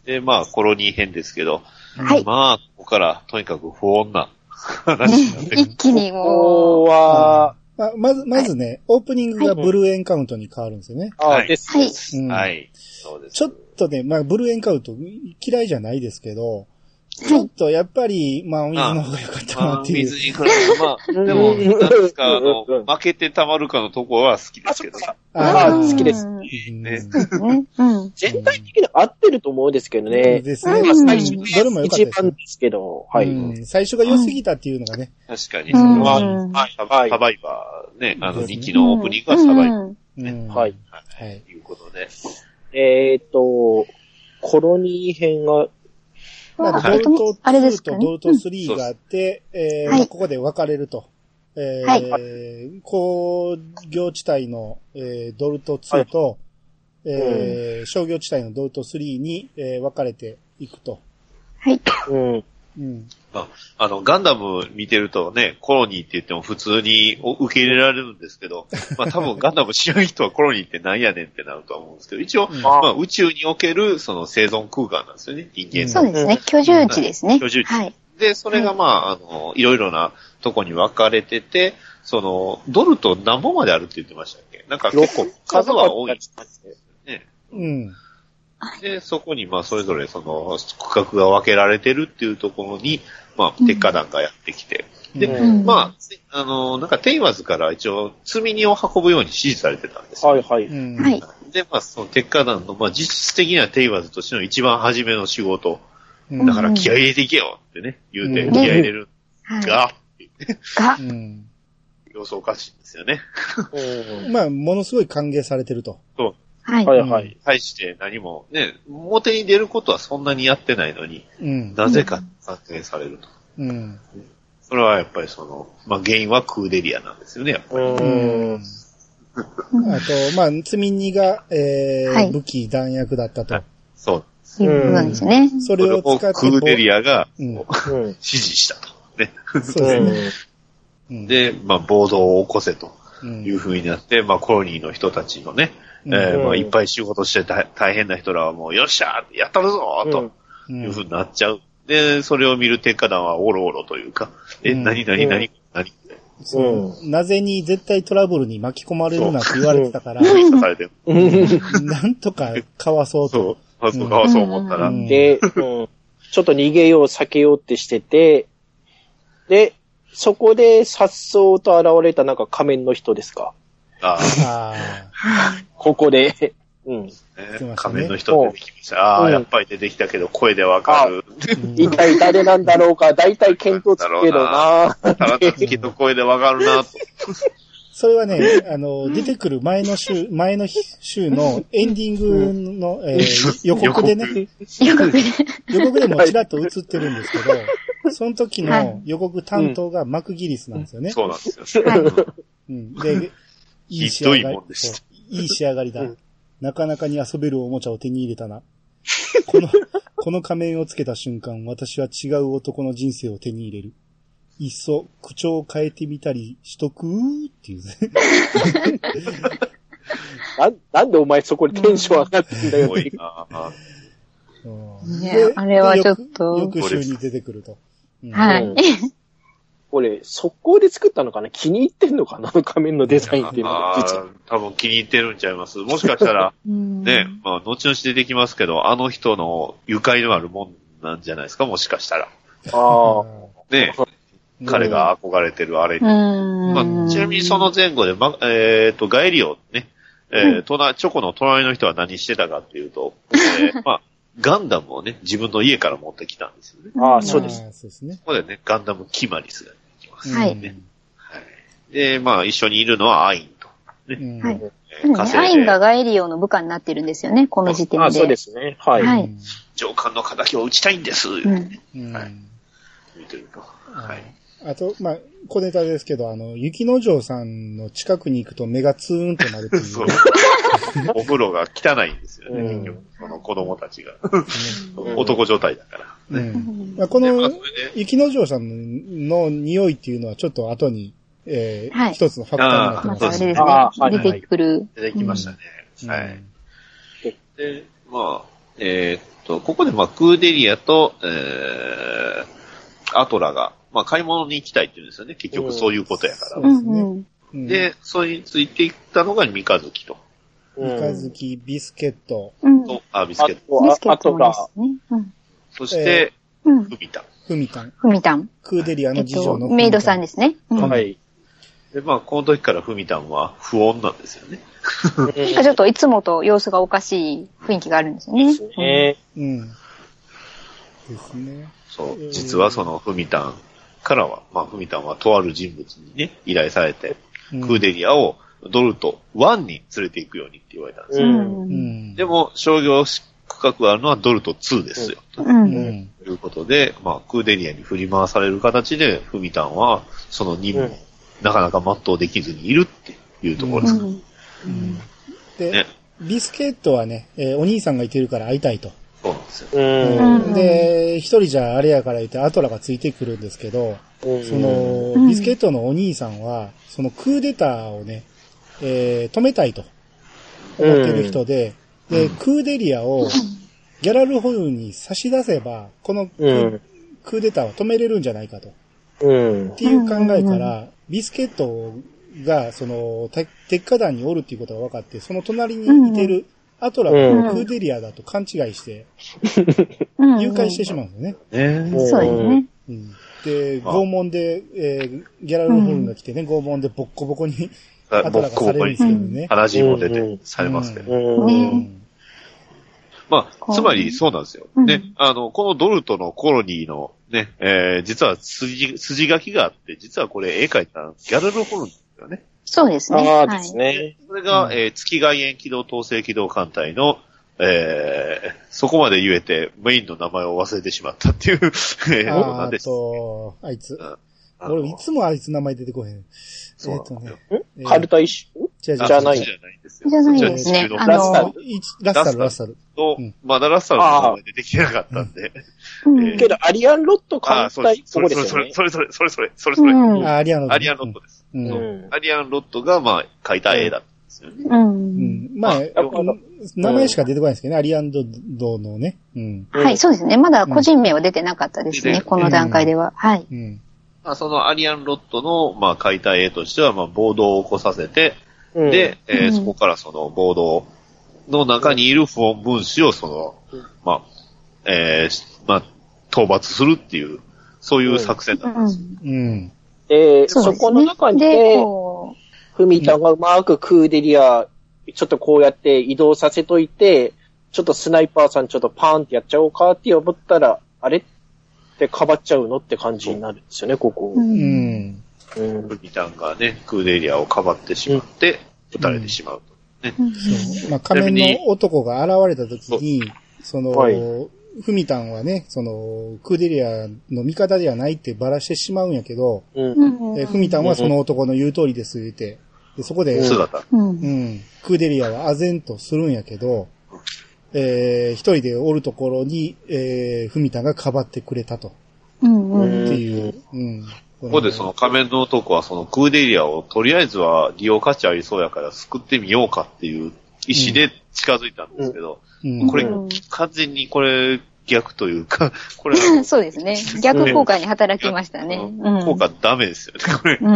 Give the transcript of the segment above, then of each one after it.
で、まあ、コロニー編ですけど、 はい。 まあ、ここからとにかく不穏な話になって一気にこもこは、 まずね、オープニングがブルーエンカウントに変わるんですよね。 はいです。 はい。 うんはい。そうです。 ちょっとね、まあ、ブルーエンカウント嫌いじゃないですけど、ちょっとやっぱり、まあ、お水の方が良かったなっていう。 水に比べて、まあ、でも、なんですか、負けてたまるかのとこは好きですけど。 好きです。 うんね。 うん。 全体的に合ってると思うんですけどね。 ですね。 まあ最初どれも良かった一ですね。 番ですけど、はい。 最初が良すぎたっていうのがね。 確かに、 うんそれは、 うんサバイバーね、2期のオープニングはサバイバー。 うんはい。 はい。 ということで。 コロニー編が、 まあ、 はいドルトあれです 2とかねドルト3があって、 はいここで分かれると。工業地帯の、ドルト2と、商業地帯のドルト3に、分かれていくと。 はい。 うん。 うん。 まあ、ガンダム見てるとね、コロニーって言っても普通に受け入れられるんですけど、まあ多分ガンダム知らん人はコロニーって何やねんってなると思うんですけど、一応、まあ宇宙におけるその生存空間なんですよね、人間の。 そうですね。居住地ですね。 居住地。 はい。 で、それがまあ、いろいろなとこに分かれてて、その、ドルト何本まであるって言ってましたっけ？なんか結構数は多いですね。 うん。 で、そこにまあそれぞれその区画が分けられてるっていうところに、まあ、鉄火団がやってきて。で、まあ、なんかテイワーズから一応積み荷を運ぶように指示されてたんですよ。 はいはい。 はい。 で、まあその鉄火団の、まあ実質的にはテイワーズとしての一番初めの仕事。だから気合い入れていけよってね、言うて気合い入れるが、 が、 様子おかしいんですよね。 まあ、ものすごい歓迎されてると。 そう。 はい。 はいはい。 対して何もね、表に出ることはそんなにやってないのに、なぜか歓迎されると。それはやっぱりその、まあ原因はクーデリアなんですよね、やっぱり。 あと、まあ、積み荷が、武器弾薬だったと。 そう。 いうことなんですよね。 それを使って。 クーデリアが、 指示したと。ね。 そうですね。で、まあ、暴動を起こせという風になって、まあ、コロニーの人たちのね、まあ、いっぱい仕事して大変な人らはもう、よっしゃーやったるぞーという風になっちゃう。で、それを見る鉄火団はおろおろというか、何なぜに絶対トラブルに巻き込まれるなって言われてたから、なんとかかわそうと。 そうかわそう思ったら。 で、ちょっと逃げよう、避けようってしてて、で、そこで颯爽と現れたなんか仮面の人ですか。ここで、 仮面の人出てきました。ああ、やっぱり出てきたけど声でわかる。 一体誰なんだろうか、大体見当つくけどな。 体つきの声でわかるなと。 それはね、出てくる前の週のエンディングの、予告でね、予告でもちらっと映ってるんですけど、その時の予告担当がマクギリスなんですよね。 そうなんですよ。 で、いい仕上がり。いい仕上がりだ。なかなかに遊べるおもちゃを手に入れたな。この仮面をつけた瞬間、私は違う男の人生を手に入れる。いっそ、口調を変えてみたりしとくっていう。 なんでお前そこにテンション上がってんだよ。 ね、あれはちょっと。 翌週に出てくると。 はい。 これ、速攻で作ったのかな？気に入ってんのかな？仮面のデザインっていうのは。 多分気に入ってるんちゃいます。もしかしたら、ね、まあ、後々出てきますけど、あの人の愉快のあるもんなんじゃないですか、もしかしたら。ね、彼が憧れてるあれに。まあ、ちなみにその前後で、ガエリオね、チョコの隣の人は何してたかっていうと、まあ、ガンダムをね、自分の家から持ってきたんですよね。 そうです。 そうですね。 ここでね、ガンダムキマリスが出てきます。 はい。 で、まあ、一緒にいるのはアインと。 はい。アインがガエリオの部下になってるんですよね、この時点で。 そうですね。はい。 上官の仇を撃ちたいんです。言ってると。はい。 あと、まあ、小ネタですけど、雪之丞さんの近くに行くと目がツーンとなるという。 そう。お風呂が汚いんですよね、結局。この子供たちが。男状態だから。 まあ、この、雪之丞さんの匂いっていうのはちょっと後に、一つのファクターになってます。 またあれですね。出てくる。 出てきましたね。はい。で、まあ、 ここでクーデリアと、アトラが、買い物に行きたいって言うんですよね。結局そういうことやから。 そうですね。 で、それについていったのが三日月と。 三日月、ビスケット。 ビスケット。 ビスケットもですね。 そして、フミタン。 フミタン。 クーデリアの次女のメイドさんですね。 はい。で、この時からフミタンは不穏なんですよね。 なんかちょっといつもと様子がおかしい雰囲気があるんですよね。 ですね。 そう。実はそのフミタンからは、フミタンはとある人物にね、依頼されて、クーデリアをドルト1に連れて行くようにって言われたんですよ。でも、商業区画があるのはドルト2ですよ。ということで、クーデリアに振り回される形で、フミタンはその任務をなかなか全うできずにいるっていうところです。 で、ビスケットはね、お兄さんがいてるから会いたいと。 そうなんですよ。 で、一人じゃあれやから言ってアトラがついてくるんですけど、その、ビスケットのお兄さんは、そのクーデターをね、止めたいと思ってる人で、で、クーデリアをギャラルホルンに差し出せば、このクーデターは止めれるんじゃないかと。っていう考えから、ビスケットが、その、鉄火団におるっていうことが分かって、その隣にいてるアトラがクーデリアだと勘違いして、誘拐してしまうんですよね。 そうですね。 で、拷問で、ギャラルホルンが来てね、拷問でボッコボコにアトラがされるんですけどね。 鼻血も出て、されますけど。つまりそうなんですよ。ね、このドルトのコロニーのね、実は筋書きがあって、実はこれ絵描いたギャラルホルンですよね。 そうですね。 ああですね。 それが、月外縁機動統制機動艦隊の、そこまで言えてメインの名前を忘れてしまったっていうなんです。 あいつ。俺いつもあいつ名前出てこへん。 カルタイシュじゃない。 じゃないですね。 ラッサル。 まだラッサルの名前出てきてなかったんで。 けど、アリアンロット艦隊ここですよね。 それ。 アリアンロットです。アリアンロットが、描いた絵だったんですよね。 名前しか出てこないですけどね、アリアンロットのね。 はい、そうですね。まだ個人名は出てなかったですね、この段階では。はい。 そのアリアンロットの、描いた絵としては、暴動を起こさせて、で、そこからその暴動の中にいる不穏分子を討伐するっていう、そういう作戦だったんですよ。 そこの中で、フミタンがうまくクーデリア、ちょっとこうやって移動させといて、ちょっとスナイパーさんちょっとパーンってやっちゃおうかって思ったら、あれってかばっちゃうのって感じになるんですよね、ここ。フミタンがね、クーデリアをかばってしまって、撃たれてしまうと。 仮面の男が現れた時に、その、フミタンはね、その、クーデリアの味方ではないってばらしてしまうんやけど、フミタンはその男の言う通りです言って、でそこで、クーデリアは唖然とするんやけど、一人でおるところに、フミタンがかばってくれたと。っていう。 ここでその仮面の男はそのクーデリアをとりあえずは利用価値ありそうやから救ってみようかっていう意思で近づいたんですけど、これ完全にこれ逆というか、これそうですね。逆効果に働きましたね。 効果ダメですよね、これ。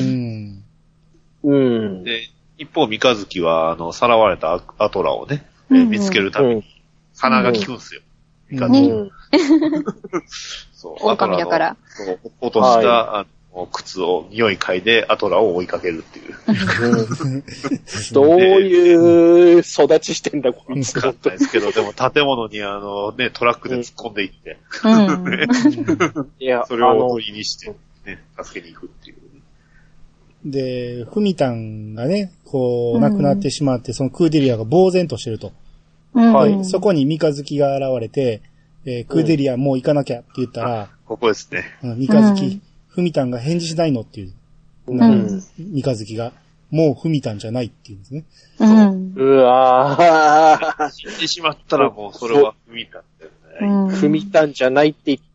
で、一方三日月はさらわれたアトラをね、見つけるために鼻が効くんですよ。三日月。そう。 狼だから。 落とした靴を匂い嗅いでアトラを追いかけるっていう。 どういう育ちしてんだ、こいつ。 わかんないですけど、でも建物にトラックで突っ込んでいって、それを取りにして、ね、助けに行くっていう。 で、フミタンがね、こう、亡くなってしまって、そのクーデリアが呆然としてると。そこに三日月が現れて、クーデリアもう行かなきゃって言ったら、 ここですね。 三日月、フミタンが返事しないのっていう。三日月が、もうフミタンじゃないっていうんですね。 うわー。 死んでしまったらもうそれはフミタンだよね。 フミタンじゃないって言って、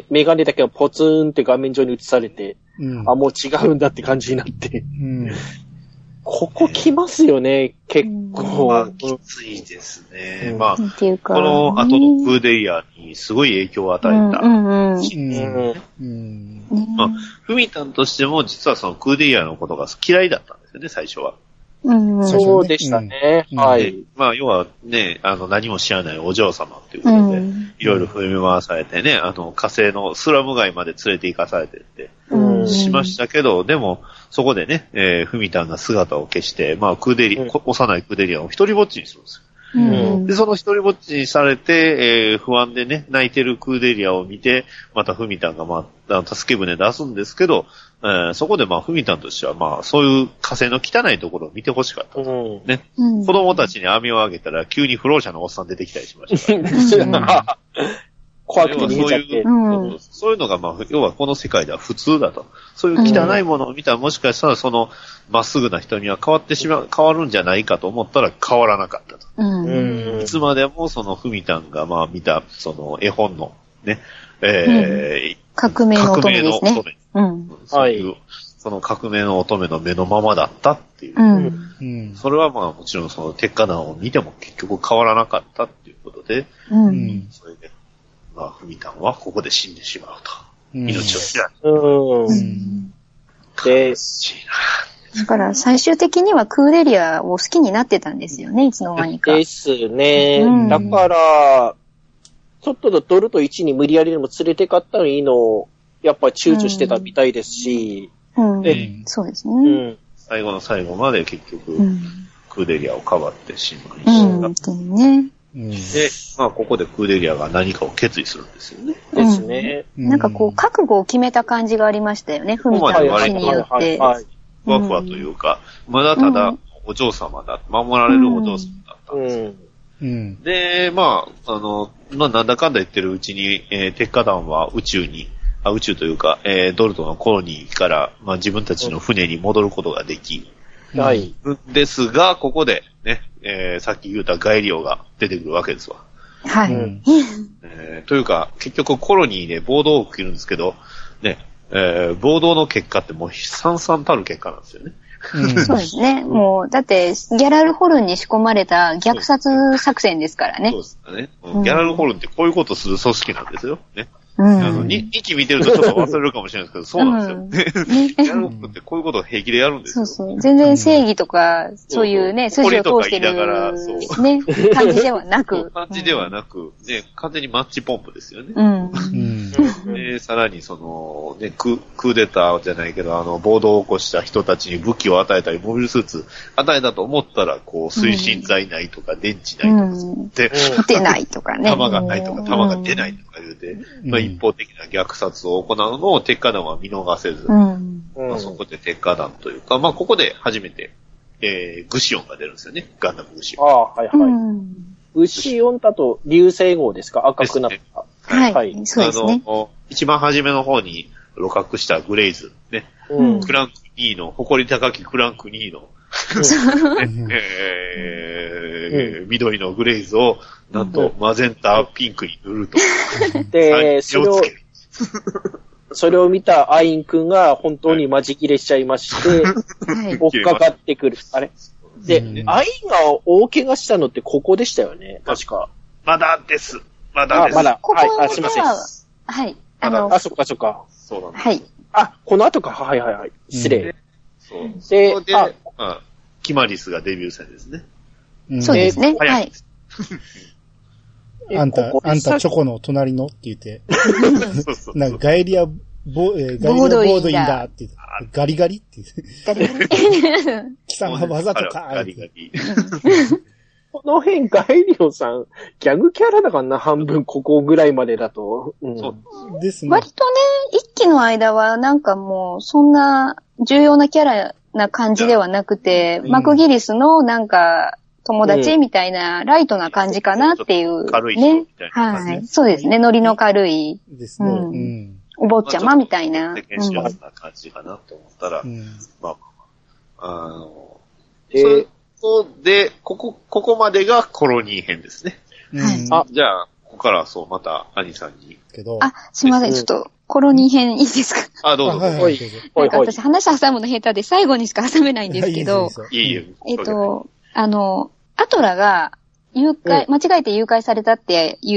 メガネだけがポツンって画面上に映されて、もう違うんだって感じになって。 ここ来ますよね、結構。 まあ、きついですね。まあ、ここの後のクーデリアにすごい影響を与えた。まあ、フミタンとしても実はそのクーデリアのことが嫌いだったんですよね、最初は。 そうでしたね。はい。 まあ、要はね、何も知らないお嬢様っていうことで、いろいろ踏み回されてね、火星のスラム街まで連れて行かされてって、しましたけど、でも、そこでね、フミタンが姿を消して、まあ、幼いクーデリアを一人ぼっちにするんですよ。で、その一人ぼっちにされて、不安でね、泣いてるクーデリアを見て、またフミタンがまあ、助け舟出すんですけど、そこでまあ、フミタンとしてはまあ、そういう火星の汚いところを見てほしかったと。ね。子供たちに網を上げたら、急に不老者のおっさん出てきたりしました。 怖くて逃げちゃって。 そういうのがまあ、要はこの世界では普通だと。そういう汚いものを見たら、もしかしたらその、まっすぐな人には変わるんじゃないかと思ったら変わらなかったと。いつまでもそのフミタンがまあ見た、その絵本のね、 革命の乙女ですね。 そういう、その革命の乙女の目のままだったっていう。それはまあもちろんその鉄火団を見ても結局変わらなかったっていうことで、それで、まあフミタンはここで死んでしまうと。命を知らん。で、 だから最終的にはクーデリアを好きになってたんですよね、いつの間にか。 ですね。だから、ちょっとドルト1に無理やりでも連れてかったのいいのを、やっぱ躊躇してたみたいですし。 そうですね。 最後の最後まで結局、クーデリアをかばってしまいました。で、まあここでクーデリアが何かを決意するんですよね。 ですね。 なんかこう、覚悟を決めた感じがありましたよね、フミタンの死によって。 ふわふわというか、まだただお嬢様だ、守られるお嬢様だったんですよ。で、まあ、なんだかんだ言ってるうちに、鉄火団は宇宙というか、ドルトのコロニーから、まあ自分たちの船に戻ることができ、 はい。 ですが、ここで、ね、さっき言ったガイリオが出てくるわけですわ。 はい。 というか、結局コロニーで暴動が起きるんですけど、ね、暴動の結果ってもう惨々たる結果なんですよね。 そうですね。もう、だって、ギャラルホルンに仕込まれた虐殺作戦ですからね。 そうですね。ギャラルホルンってこういうことする組織なんですよ。ね。2期見てるとちょっと忘れるかもしれないですけど、そうなんですよ。ギャラルホルンってこういうことを平気でやるんですよ。 そうそう。全然正義とか、そういうね、筋を通してる、ね、感じではなく。 感じではなく、ね、完全にマッチポンプですよね。で、さらにその、ね、クーデターじゃないけど、暴動を起こした人たちに武器を与えたり、モビルスーツ与えたと思ったら、こう、推進剤ないとか、電池ないとか、 出ないとかね。 弾がないとか、弾が出ないとか言うて、まあ一方的な虐殺を行うのを鉄火団は見逃せず、まあそこで鉄火団というか、まあここで初めて、グシオンが出るんですよね。ガンダムグシオン。 はいはい。グシオンだと流星号ですか？赤くなった。 はい。そうですね。 一番初めの方に露覚したグレイズ、ね。クランク2の、誇り高きクランク2の、緑のグレイズを、なんと、マゼンタピンクに塗ると。 で、それを見たアイン君が本当にマジ切れしちゃいまして、追っかかってくる。あれで、アインが大怪我したのってここでしたよね、確か。 まだです。まだです。 まだ。はい、すいません。 はい。 そっかそっか。 そうなんです。 はい。 この後か。はいはいはい。失礼。 そう。で、キマリスがデビュー戦ですね。 そうですね。はい。 あんたチョコの隣のって言って、なんかガイリアボードインだって言って、ガリガリって言って。ガリガリ。貴様わざとか。 ガリガリ。 この辺ガイリオさん、ギャグキャラだからな、半分ここぐらいまでだと。 そうですね。 割とね、一期の間はなんかもう、そんな重要なキャラな感じではなくて、マクギリスのなんか、友達みたいな、ライトな感じかなっていう。 軽い人みたいな。 はい。そうですね。ノリの軽い。 ですね。 お坊ちゃまみたいな。 世間知らずな感じかなと思ったら、まあ、で、ここまでがコロニー編ですね。 はい。 じゃあ、こからそう、また、兄さんに。 あ、すいません、ちょっと、コロニー編いいですか？ あ、どうぞ。 はい。 なんか私話挟むの下手で最後にしか挟めないんですけど、 いいよ。 アトラが、間違えて誘拐されたっていう、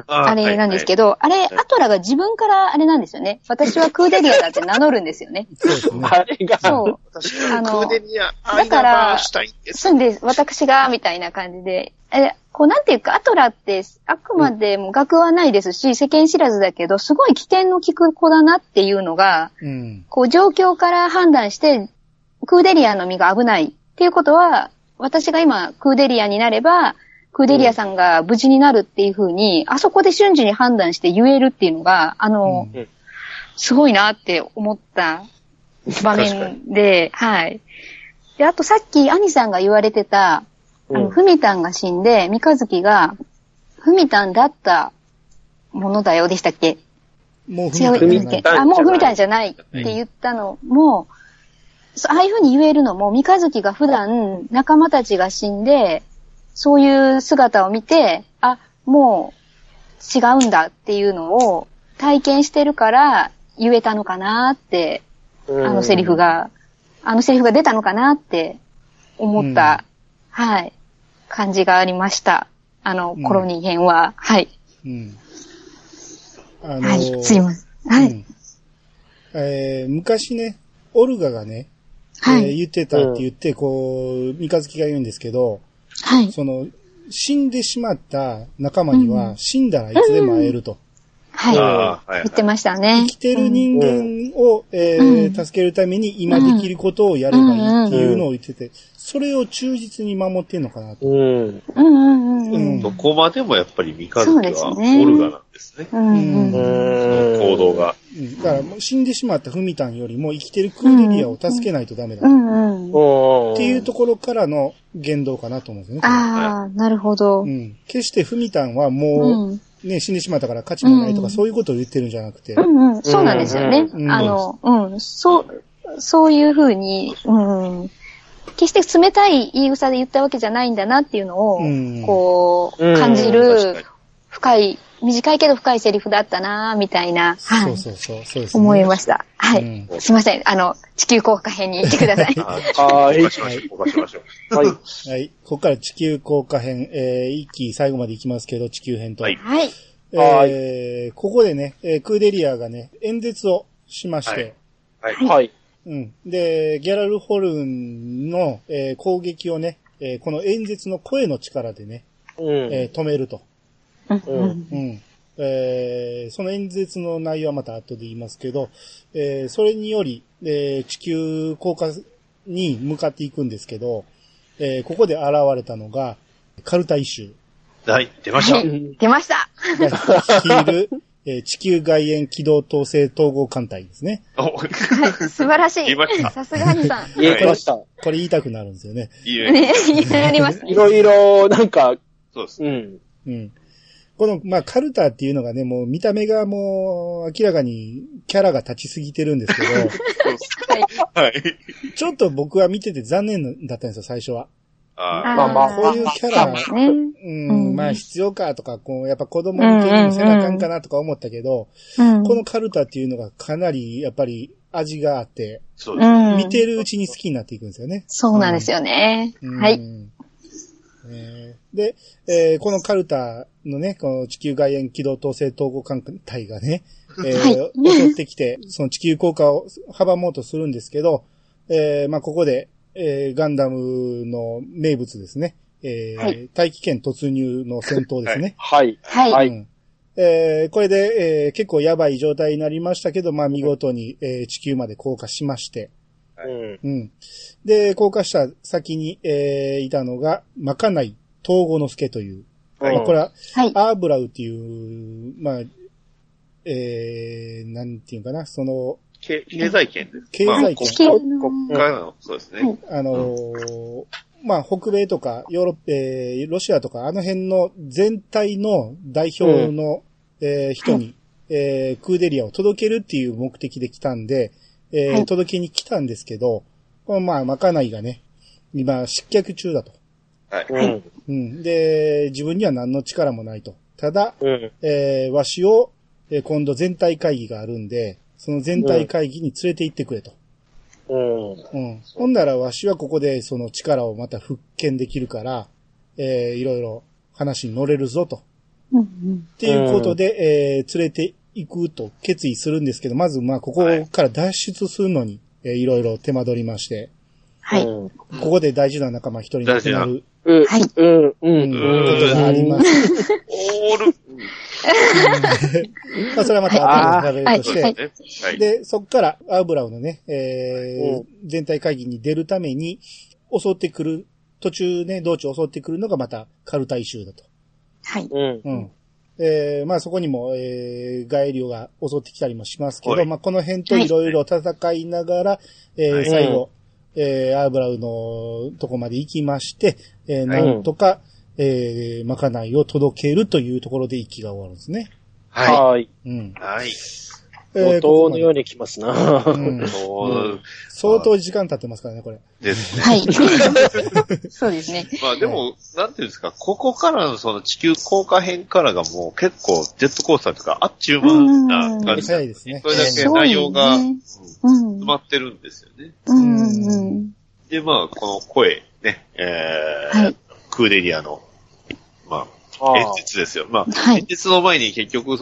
あれなんですけど、アトラが自分からあれなんですよね。私はクーデリアだって名乗るんですよね。 そうですね。 そう。 クーデリア、 だから、そうです。私が、みたいな感じで。なんていうか、アトラって、あくまでも学はないですし、世間知らずだけど、すごい起点の利く子だなっていうのが、状況から判断して、クーデリアの身が危ないっていうことは、私が今、クーデリアになれば、クーデリアさんが無事になるっていう風に、あそこで瞬時に判断して言えるっていうのが、すごいなって思った場面で、はい。で、あとさっき兄さんが言われてた、フミタンが死んで、三日月が、フミタンだったものだよでしたっけ？ もうフミタンじゃない。 もうフミタンじゃないって言ったのも、ああいう風に言えるのも、三日月が普段仲間たちが死んで、そういう姿を見て、もう違うんだっていうのを体験してるから言えたのかなって、あのセリフが出たのかなって思った、はい、感じがありました。コロニー編は、はい。はい、すいません。はい。 昔ね、オルガがね、言ってたって言って、三日月が言うんですけど、 はい。 死んでしまった仲間には、死んだらいつでも会えると。 はい。言ってましたね。 生きてる人間を、助けるために今できることをやればいいっていうのを言ってて、それを忠実に守ってんのかなと。 どこまでもやっぱり三日月はオルガなんですね。その行動が。 だから死んでしまったフミタンよりも生きてるクーデリアを助けないとダメだ。っていうところからの言動かなと思うんですよね。 ああ、なるほど。 決してフミタンはもう、ね、死んでしまったから価値もないとか、そういうことを言ってるんじゃなくて。 そうなんですよね。そういうふうに、決して冷たい言い草で言ったわけじゃないんだなっていうのを、感じる、深い、短いけど深いセリフだったなみたいな、はい。そうですね。思いました。はい。すいません。地球降下編に行ってください。 はい。降下しましょう。 はい。はい。ここから地球降下編、一期最後まで行きますけど、地球編と。 はい。 ここでね、クーデリアがね、演説をしまして。 はい。 で、ギャラルホルンの、攻撃をね、この演説の声の力でね、止めると。その演説の内容はまた後で言いますけど、それにより、地球降下に向かっていくんですけど、ここで現れたのが、カルタイシュ。はい、出ました。 出ました。 率いる、地球外縁機動統制統合艦隊ですね。 はい、素晴らしい。さすが兄さん。 言えました。 これ言いたくなるんですよね。 言いますね。 いろいろ、なんか、 そうですね。 この、カルタっていうのがね、もう見た目がもう明らかにキャラが立ちすぎてるんですけど、 はい。 ちょっと僕は見てて残念だったんですよ、最初は。 こういうキャラ、必要かとか、やっぱ子供向けにも背中んかなとか思ったけど、このカルタっていうのがかなり、やっぱり味があって、見てるうちに好きになっていくんですよね。 そうなんですよね。はい。 で、このカルタのね、この地球外縁機動統制統合艦隊がね、襲ってきて、その地球降下を阻もうとするんですけど、ここで、ガンダムの名物ですね。大気圏突入の戦闘ですね。 はい。 これで、結構やばい状態になりましたけど、見事に、地球まで降下しまして。で、降下した先に、いたのが、まかない東郷之助という。これは、アーブラウっていう、なんていうかな、 経済圏です。 経済圏。 国家の、そうですね。 北米とかヨーロッパ、ロシアとかあの辺の全体の代表の、人に、クーデリアを届けるっていう目的で来たんで、届けに来たんですけど、まかないがね、今失脚中だと。 はい。 で、自分には何の力もないと。 ただ、わしを、今度全体会議があるんで、その全体会議に連れて行ってくれと。ほんならわしはここでその力をまた復権できるから、いろいろ話に乗れるぞと。っていうことで、連れて行くと決意するんですけど、まずここから脱出するのに、いろいろ手間取りまして。 はい。 ここで大事な仲間一人になる。 はい。 ことがあります。それはまた後で喋るとして、で、そこからアウブラウのね、全体会議に出るために襲ってくる、途中ね、道中襲ってくるのがまたカルタイ州だと。 はい。 そこにも、ガエリオが襲ってきたりもしますけど、この辺といろいろ戦いながら、最後、アウブラウのとこまで行きまして、なんとか、まかないを届けるというところで一気が終わるんですね。 はい。 はい。 相当のように来ますな。 相当時間経ってますからね、これ。 ですね。 はい。そうですね。 でも、なんていうんですか、ここからのその地球降下編からがもう結構ジェットコースターとかあっちゅう間な感じ。 早いですね。 それだけ内容が詰まってるんですよね。で、この声、ね、クーデリアの、演説ですよ。演説の前に結局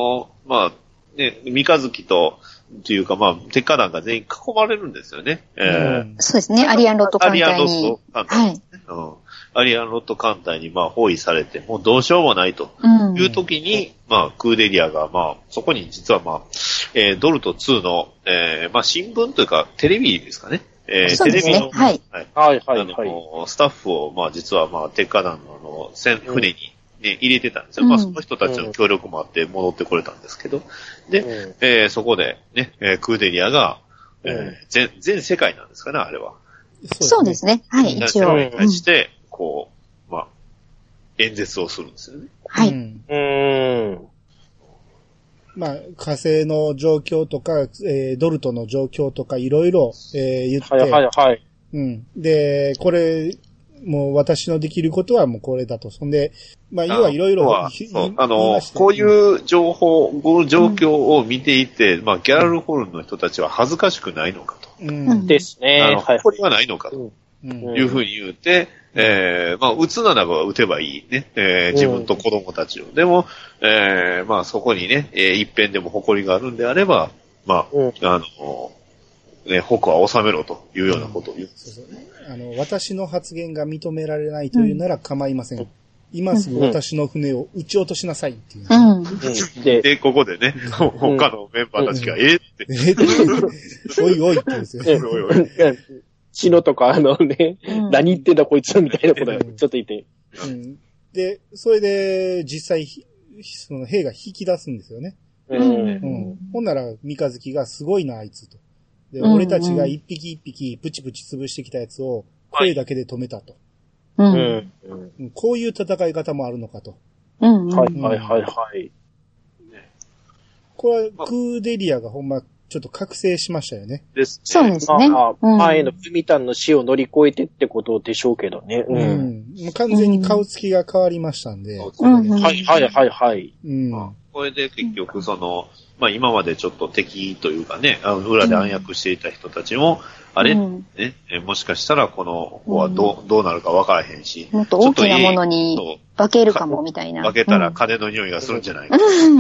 三日月というか、鉄火団が全員囲まれるんですよね。 そうですね。アリアンロット艦隊に。 アリアンロット艦隊に包囲されて、もうどうしようもないという時に、クーデリアがそこに実はドルト2の、新聞というかテレビですかね。テレビの、スタッフを実は鉄火団の船に入れてたんですよ。その人たちの協力もあって戻ってこれたんですけど。で、そこでね、クーデリアが、全世界なんですかね、あれは。 そうですね。はい、一応。 に対して、演説をするんですよね。 はい。 火星の状況とか、ドルトの状況とかいろいろ言って、で、これ、もう私のできることはもうこれだと。そんで、要はいろいろ。 こういう情報、状況を見ていて、ギャラルホルンの人たちは恥ずかしくないのかと。 ですね。 誇りはないのかと。いうふうに言うて、撃つならば撃てばいいね。自分と子供たちを。でも、そこにね、一辺でも誇りがあるんであれば、矛は収めろというようなことを言う。 私の発言が認められないというなら構いません。今すぐ私の船を撃ち落としなさいっていう。 で、ここでね、他のメンバーたちが、って。 おいおいって言うんですよ。 おいおい。シノとか何言ってんだこいつみたいなことがちょっと言って。 で、それで実際、その兵が引き出すんですよね。ほんなら三日月がすごいな、あいつと。で、俺たちが一匹一匹プチプチ潰してきたやつを声だけで止めたと。こういう戦い方もあるのかと。 はい。 これはクーデリアがほんまちょっと覚醒しましたよね。 そうですね。 前のフミタンの死を乗り越えてってことでしょうけどね。 完全に顔つきが変わりましたんで。 はい。 これで結局今までちょっと敵というかね、裏で暗躍していた人たちも、もしかしたらこの子はどうなるか分からへんし。 もっと大きなものに化けるかもみたいな。 化けたら金の匂いがするんじゃないか。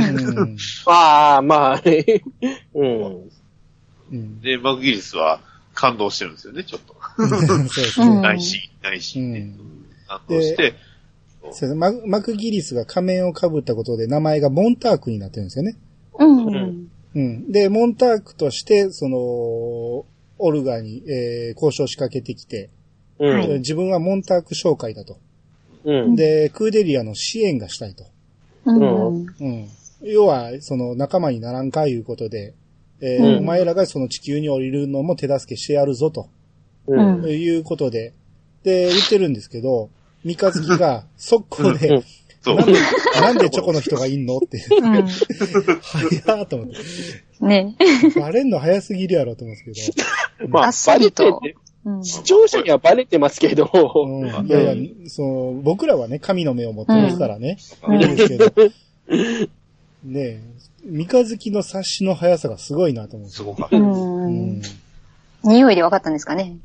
で、マクギリスは感動してるんですよね、ちょっと。内心ね。感動して、 マクギリスが仮面を被ったことで名前がモンタークになってるんですよね。で、モンタークとして、オルガに、交渉しかけてきて、自分はモンターク商会だと。で、クーデリアの支援がしたいと。要は、仲間にならんかいうことで、お前らがその地球に降りるのも手助けしてやるぞと。いうことで、で、言ってるんですけど、三日月が速攻で、なんでチョコの人がいんのって。早ーと思って。 ね。 バレんの早すぎるやろと思うんですけど。 あっさりと。 視聴者にはバレてますけど。 いやいや、僕らはね、神の目を持ってますからね。いいですけど。ね三日月の察しの速さがすごいなと思う。 すごかった。 匂いで分かったんですかね。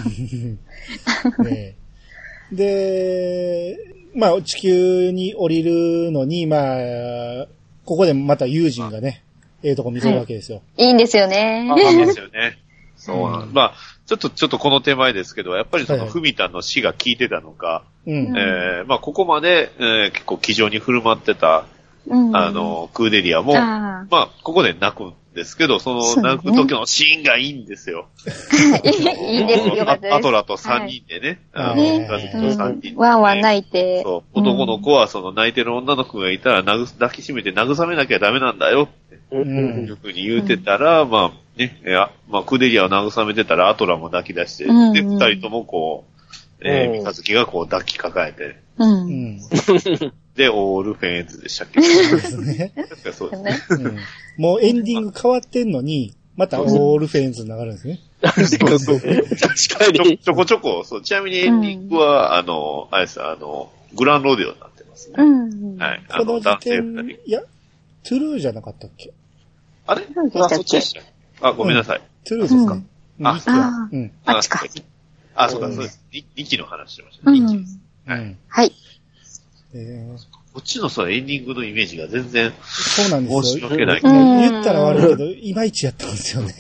ねで、まあ、地球に降りるのに、まあ、ここでまた友人がね、とこ見せるわけですよ。 いいんですよね。 いいですよね。そうなん、まあ、ちょっとこの手前ですけど、やっぱりその、ふみたの死が効いてたのか、まあ、ここまで、結構気丈に振る舞ってた、クーデリアも、まあ、ここで泣くんですけど、その泣く時のシーンがいいんですよ。 いいですよ、 アトラと3人でね、 3人ワンワン泣いて。 そう、男の子はその泣いてる女の子がいたら抱きしめて慰めなきゃダメなんだよって、いうふうに言うてたら、まあね、まあクーデリアを慰めてたらアトラも抱き出して、で、二人ともこう、三日月がこう抱きかかえて、で、オールフェンズでしたっけ？そうですね。確かそうですね。 もうエンディング変わってんのに、またオールフェンズ流るんですね。 確かに。 ちょこちょこ、そう、ちなみにエンディングは、あれです、グランロデオになってますね。はい。 この時点、いや、トゥルーじゃなかったっけ？ あれ？そっちでした。ごめんなさい。 トゥルーですか？ あっちか。 あ、そうか、そうです。2期の話してましたね。 はい。 こっちのエンディングのイメージが全然、 そうなんですよ。 申し訳ない。 言ったら悪いけど、いまいちやったんですよね。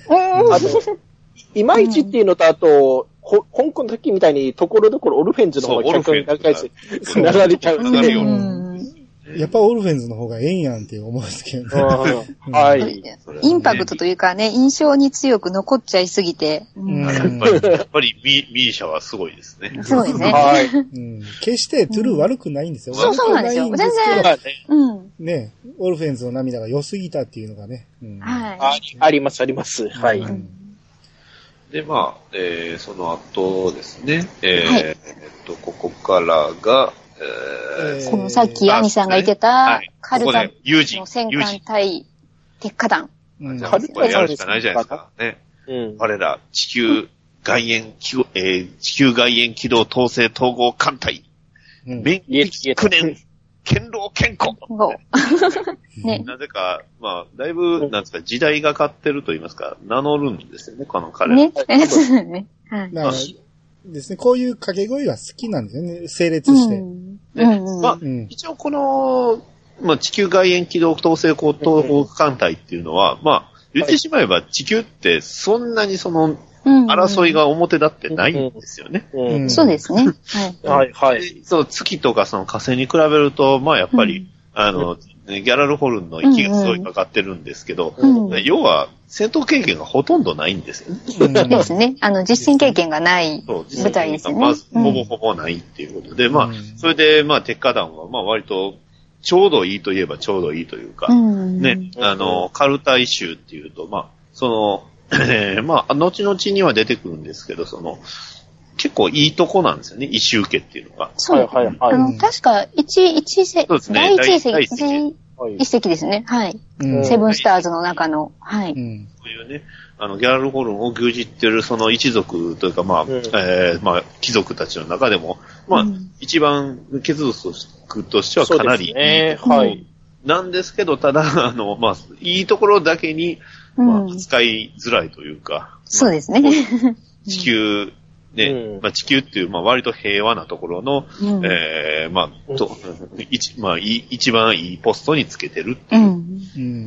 いまいちっていうのと、あと、香港の時みたいにところどころオルフェンズの方が客に流れちゃうんで。 やっぱオルフェンズの方がええんやんって思うんですけどね。はい。 インパクトというかね、印象に強く残っちゃいすぎて。 やっぱりミーシャはすごいですね。 すごいね。 はい。 決してトゥルー悪くないんですよ。 そうなんですよ。全然。 ね、オルフェンズの涙が良すぎたっていうのがね。 はい。 あります、あります。はい。 で、まあ、その後ですね、ここからが、 このさっきアニさんが言ってた、カルタの戦艦対鉄火弾。 これやるしかないじゃないですか。ね。我ら、地球外縁軌道統制統合艦隊。免疫9年、堅牢健康。 ね。 なぜか、まあ、だいぶ、なんですか、時代がかってると言いますか、名乗るんですよね、この彼ら。 ね。 はい。ですね、こういう掛け声が好きなんですよね、整列して。 まあ、一応この、まあ、地球外縁軌道統制統合艦隊っていうのは、まあ、言ってしまえば地球ってそんなに争いが表立ってないんですよね。 そうですね。 はい。はい。 その月とかその火星に比べると、まあやっぱり、ギャラルホルンの息がすごいかかってるんですけど、要は戦闘経験がほとんどないんですよね。 ですね。実戦経験がない舞台ですよね。 まず、ほぼほぼないっていうことで、まあ、それで、まあ、鉄火弾は、まあ割と、ちょうどいいといえばちょうどいいというか、ね、カルタイ州っていうと、まあ、まあ、後々には出てくるんですけど、結構いいとこなんですよね、異州家っていうのが。 そう。確か、第一隻ですね。はい。セブンスターズの中の、はい。そういうね、ギャラルホルンを牛耳ってるその一族というか、まあ、まあ、貴族たちの中でも、まあ、一番血族としてはかなりいい。 はい。 なんですけど、ただ、まあ、いいところだけに、まあ、使いづらいというか。 そうですね。 地球、ね、まあ、地球っていう、まあ、割と平和なところの、まあ、一番いいポストにつけてるっていう。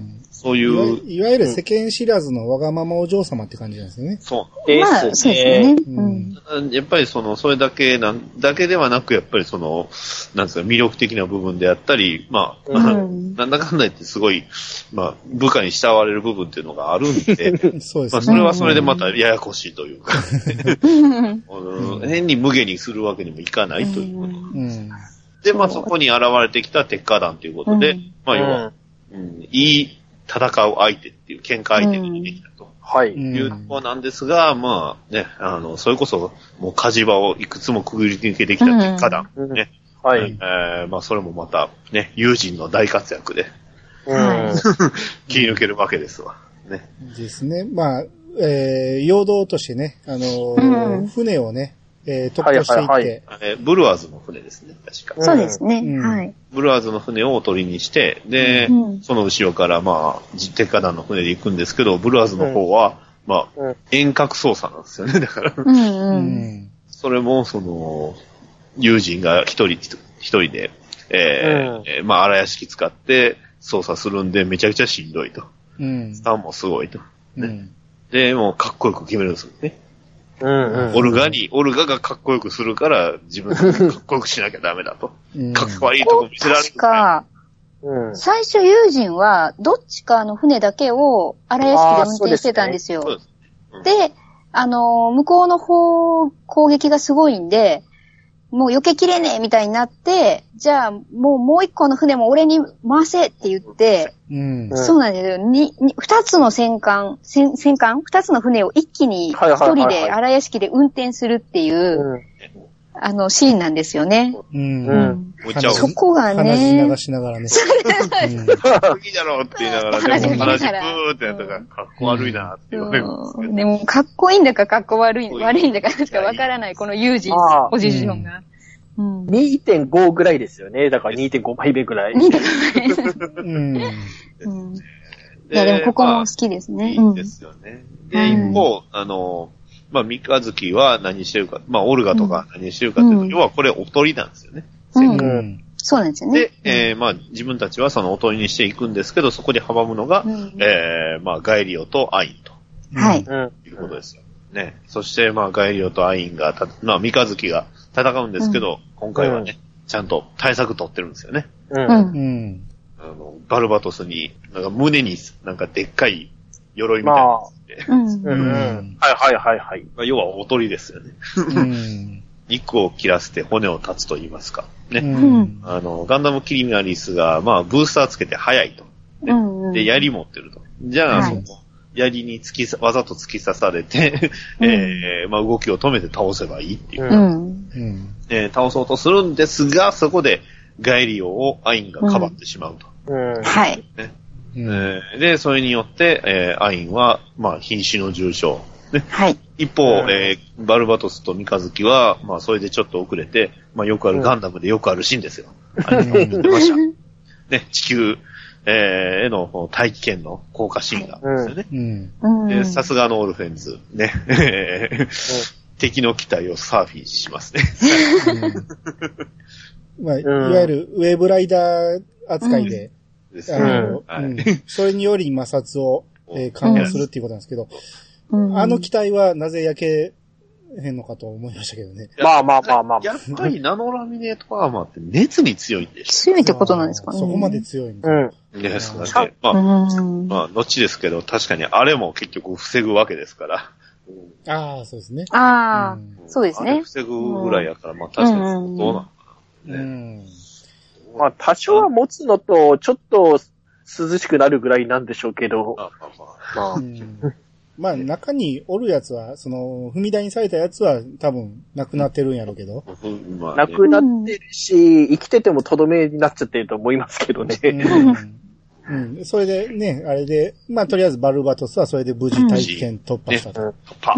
そういう。 いわゆる世間知らずのわがままお嬢様って感じなんですよね。 そうですね。 やっぱりそれだけではなく、やっぱりなんですか、魅力的な部分であったり、まあ、なんだかんだ言ってすごい、まあ、部下に慕われる部分っていうのがあるんで、 そうですね。 まあ、それはそれでまたややこしいというか、変に無下にするわけにもいかないということで、まあ、そこに現れてきた鉄火弾ということで、まあ、要は、いい戦う相手っていう、喧嘩相手にできたと。はい。いうところなんですが、まあね、それこそ、もう火事場をいくつもくぐり抜けてきた鉄火弾。ね。はい。まあそれもまた、ね、友人の大活躍で、切り抜けるわけですわ。ね。 ですね。まあ、 陽動としてね、船をね、特攻していって、 ブルワーズの船ですね、確か。 そうですね、はい。 ブルワーズの船をおとりにして、で、その後ろから鉄火団の船で行くんですけど、ブルワーズの方は、遠隔操作なんですよね、だから。それも、友人が一人で、荒屋敷使って操作するんで、めちゃくちゃしんどいと。スタンもすごいと。で、もうかっこよく決めるんですよね。オルガがかっこよくするから、自分でかっこよくしなきゃダメだと。かっこいいとこ見せられる。 確か、最初友人は、どっちかの船だけを荒屋敷で運転してたんですよ。で、向こうの方、攻撃がすごいんで、もう避けきれねえみたいになって、じゃあもう一個の船も俺に回せって言って、そうなんですよ。二つの二つの船を一気に一人で荒屋敷で運転するっていう、シーンなんですよね。そこがね。 話流しながらね。 かっこいいだろうって言いながら、でも話ブーってやったからかっこ悪いなって言われるんですけど。 でもかっこいいんだかかっこ悪いんだかしかわからない、この友人ポジションが。 2.5 ぐらいですよね。だから 2.5 倍目ぐらい。 いや、でもここも好きですね。 いいですよね。で、一方、三日月は何してるか、オルガとか何してるかっていうと、要はこれおとりなんですよね。 そうなんですよね。 で、自分たちはそのおとりにしていくんですけど、そこで阻むのが、ガエリオとアインと。 はい。 いうことですよ。ね。そして、ガエリオとアインが、三日月が戦うんですけど、今回はね、ちゃんと対策取ってるんですよね。バルバトスに、胸にでっかい鎧みたいなのはい。要はおとりですよね。肉を切らせて骨を断つと言いますか。ね。ガンダムキリミアリスが、ブースターつけて速いと。で、槍持ってると。じゃあ、その、槍にわざと突き刺されて、動きを止めて倒せばいいっていう。倒そうとするんですが、そこでガエリオをアインがかばってしまうと。 はい。 で、それによって、アインは、瀕死の重傷。ね。 はい。 一方、バルバトスと三日月は、それでちょっと遅れて、よくある、ガンダムでよくあるシーンですよ。出ました。ね、地球、への大気圏の降下シーンがあるんですよね。さすがのオルフェンズ、ね。敵の機体をサーフィンしますね。 いわゆるウェーブライダー扱いで、それにより摩擦を緩和するっていうことなんですけど、あの機体はなぜ焼けへんのかと思いましたけどね。 やっぱりナノラミネートアーマーって熱に強いんでしょ。 強いってことなんですかね。 そこまで強いんですかね。後ですけど、確かにあれも結局防ぐわけですから。 そうですね。 そうですね。 防ぐぐらいやから、確かにどうなのかな。多少は持つのと、ちょっと涼しくなるぐらいなんでしょうけど。 中におるやつは、踏み台にされたやつは多分なくなってるんやろうけど。 なくなってるし、生きててもとどめになっちゃってると思いますけどね。 それでね、あれで、とりあえずバルバトスはそれで無事大気圏突破したと。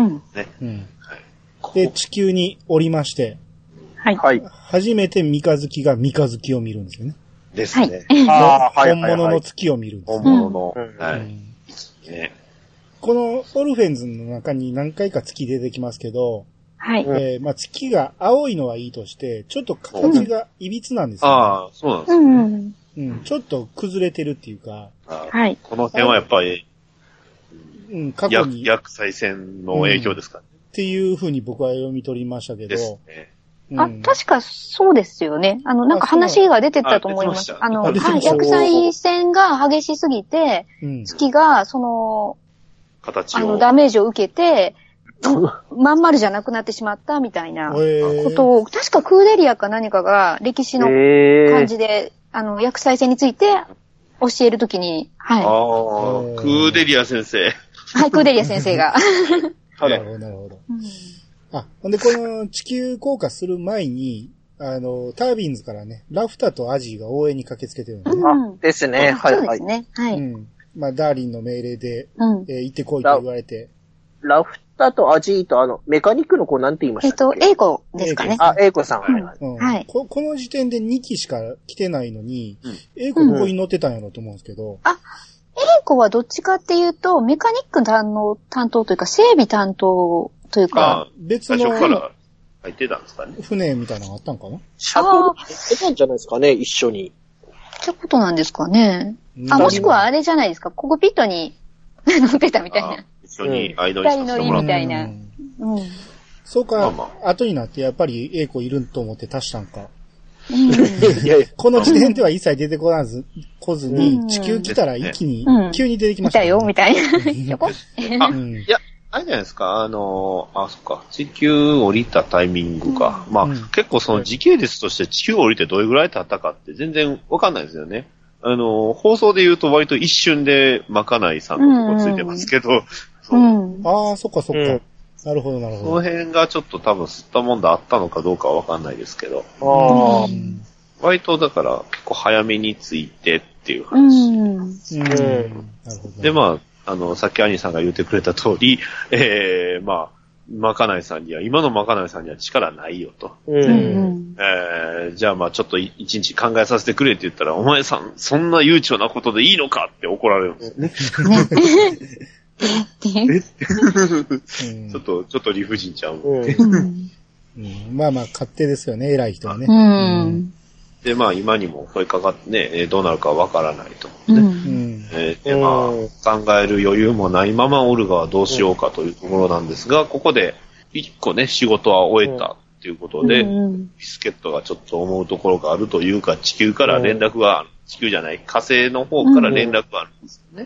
で、地球に降りまして、初めて三日月が三日月を見るんですよね。 ですね。 本物の月を見るんです。 本物の。 このオルフェンズの中に何回か月出てきますけど、月が青いのはいいとして、ちょっと形が歪なんですよ、 ね。そうなんですね。ちょっと崩れてるっていうか。 この辺はやっぱり、 過去に。薬剤戦の影響ですかね。 っていう風に僕は読み取りましたけど。 ですね。 確かそうですよね。話が出てたと思います。薬剤戦が激しすぎて、月が、ダメージを受けて、まん丸じゃなくなってしまったみたいなことを、確かクーデリアか何かが歴史の感じで、薬剤戦について教えるときに、クーデリア先生。 クーデリア先生が。 なるほど。ほんで、この地球降下する前に、タービンズからね、ラフタとアジーが応援に駆けつけてるんですね。 ですね。 そうですね。 ダーリンの命令で、行ってこいと言われて。 ラフタとアジーとメカニックの子なんて言いましたっけ？ 英子ですかね。 英子さん。 はい。 この時点で2期しか来てないのに、英子どこに乗ってたんやろと思うんですけど。 英子はどっちかっていうと、メカニック担当というか、整備担当というか。 別の。 最初から入ってたんですかね。 船みたいなのがあったんかな？ シャトル入ってたんじゃないですかね、一緒に。 ってことなんですかね。もしくはあれじゃないですか、ココピットに乗ってたみたいな。 一緒に相乗りさせてもらったみたいな。 そうか、後になってやっぱり英子いると思って足したんか。この時点では一切出てこずに、地球来たら一気に、急に出てきました、 来たよ、みたいな。 いや、あれじゃないですか、そっか、地球降りたタイミングか。結構その時系列として地球降りてどれぐらい経ったかって全然わかんないですよね。放送で言うと割と一瞬でまかないさんのとこついてますけど。 そっかそっか。なるほどなるほど。 その辺がちょっと多分吸ったもんだあったのかどうかはわかんないですけど。割とだから結構早めについてっていう話。 なるほど。 で、さっき兄さんが言ってくれた通り、まかないさんには、今のまかないさんには力ないよと。じゃあちょっと一日考えさせてくれって言ったら、お前さん、そんな悠長なことでいいのかって怒られるんですよね。ちょっと理不尽ちゃう。 勝手ですよね、偉い人はね。 で、今にも声かかってね、どうなるかわからないと。で、考える余裕もないままオルガはどうしようかというところなんですが、ここで一個ね、仕事は終えたということで、ビスケットがちょっと思うところがあるというか、地球から連絡がある。地球じゃない、火星の方から連絡があるんですよね。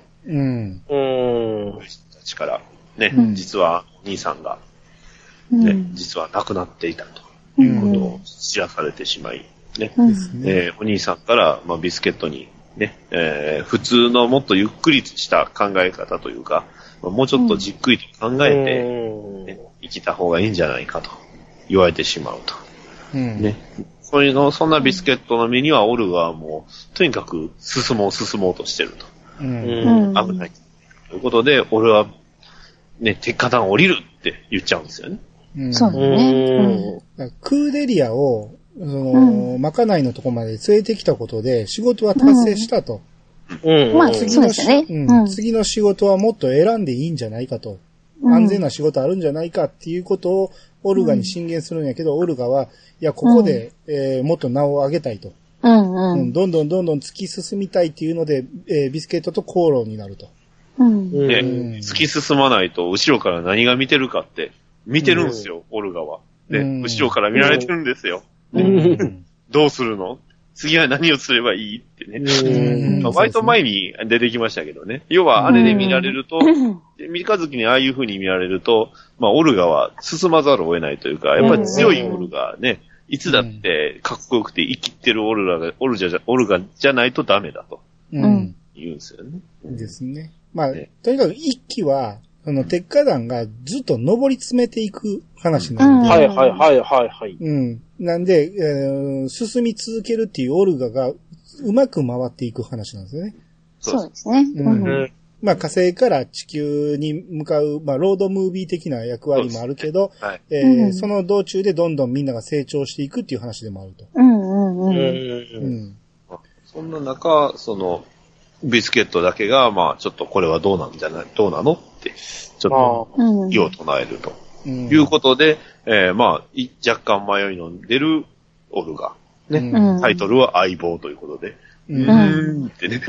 人たちから、ね、実はお兄さんが、ね、実は亡くなっていたということを知らされてしまい、ね、お兄さんから、ビスケットに、ね、普通のもっとゆっくりした考え方というか、もうちょっとじっくりと考えて、ね、生きた方がいいんじゃないかと言われてしまうと。ね、そんなビスケットの身にはオルガはもう、とにかく進もうとしてると。危ない。ということで、俺は、ね、鉄火弾降りるって言っちゃうんですよね。 そうですね。 クーデリアを、まかないのとこまで連れてきたことで、仕事は達成したと。 そうですね。 次の仕事はもっと選んでいいんじゃないかと。安全な仕事あるんじゃないかっていうことを、オルガに進言するんやけど、オルガは、いや、ここで、もっと名を上げたいと。どんどん突き進みたいっていうので、ビスケットと口論になると。 突き進まないと、後ろから何が見てるかって、見てるんですよ、オルガは。後ろから見られてるんですよ。どうするの？次は何をすればいいってね。割と前に出てきましたけどね。要は、あれで見られると、三日月にああいう風に見られると、オルガは進まざるを得ないというか、やっぱり強いオルガね、いつだってかっこよくて生きてるオルガじゃないとダメだと。言うんですよね。 ですね。とにかく一期は、鉄火弾がずっと登り詰めていく話なんで。なんで、進み続けるっていうオルガがうまく回っていく話なんですよね。 そうですね。 火星から地球に向かう、ロードムービー的な役割もあるけど、その道中でどんどんみんなが成長していくっていう話でもあると。 そんな中、ビスケットだけが、ちょっとこれはどうなのって、ちょっと、異を唱えると。いうことで、若干迷いの出るオルガ。ね。タイトルは相棒ということで。ってね。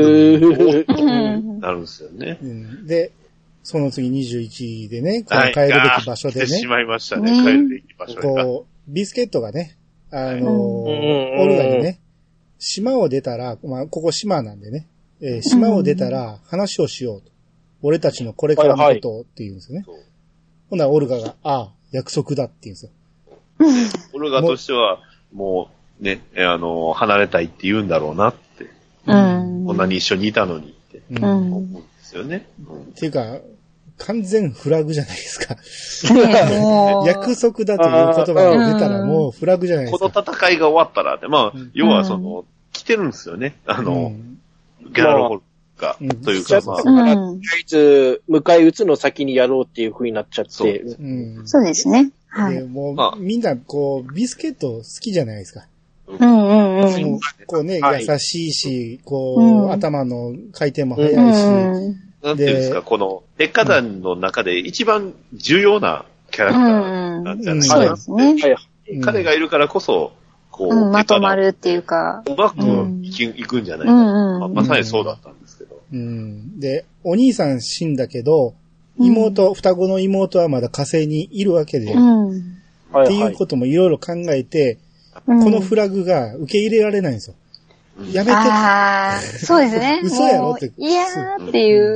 なるんですよね。 で、その次21位でね、この帰るべき場所でね。 来てしまいましたね、帰るべき場所が。 ビスケットがね、オルガにね、島を出たら、ここ島なんでね、島を出たら話をしようと。俺たちのこれからのことをって言うんですよね。ほんならオルガが、約束だって言うんですよ。 オルガとしては、もうね、離れたいって言うんだろうなって。こんなに一緒にいたのにって思うんですよね。 っていうか、完全フラグじゃないですか。約束だという言葉が出たらもうフラグじゃないですか。 この戦いが終わったらって、要は来てるんですよね。ギャラルホル。 か、というか、まあ。 とりあえず、迎え撃つの先にやろうっていう風になっちゃって。 そうですね。はい。 もう、みんな、こう、ビスケット好きじゃないですか。こうね、優しいし、こう、頭の回転も速いし。 なんていうんですか、この、鉄火団の中で一番重要なキャラクターなんじゃないかな。そうですね。彼がいるからこそ、こう、 まとまるっていうか。 うまくいくんじゃないかな。まさにそうだったんですけど。 で、お兄さん死んだけど、妹、双子の妹はまだ火星にいるわけで、っていうこともいろいろ考えて、このフラグが受け入れられないんですよ。やめて。 そうですね。 嘘やろって。 いやーっていう。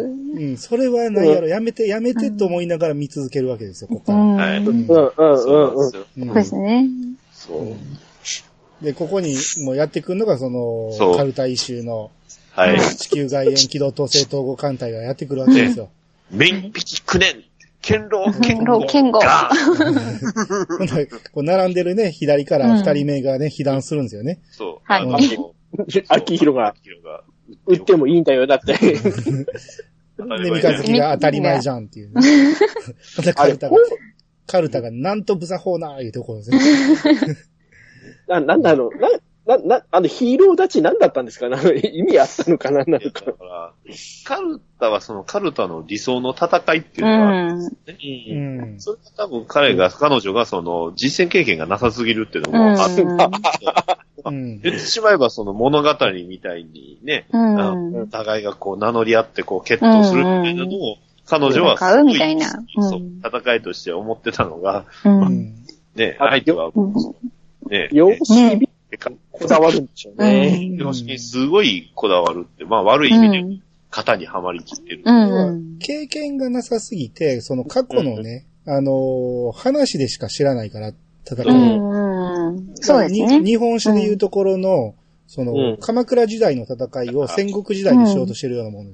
それはないやろ。やめてと思いながら見続けるわけですよ、ここから。 はい。 そうですね。 そう。 で、ここにもうやってくるのが、その、カルタイ州の、地球外縁機動統制統合艦隊がやってくるわけですよ。 面引き9年剣道こう並んでるね、左から2人目がね、被弾するんですよね。 そう。 はい。 秋広が、撃ってもいいんだよ、だって。 で、三日月が当たり前じゃんっていう。カルタがなんとブザホーナーいうところですね。 なんだろう、ヒーロー立ち何だったんですか？意味あったのかななんか。だから、 カルタはそのカルタの理想の戦いっていうのがあるんですね。それは多分彼女がその実践経験がなさすぎるっていうのもあって、言ってしまえばその物語みたいにね、お互いがこう名乗り合ってこう決闘するみたいなのを彼女はすごい戦いとして思ってたのが、ね、相手は、ね、 こだわるんでしょうね。 様式にすごいこだわるって、まあ悪い意味で型にはまりきってる。 経験がなさすぎて、その過去のね、話でしか知らないから、戦い。 そうですね。 日本史でいうところの、その、鎌倉時代の戦いを戦国時代にしようとしてるようなもの。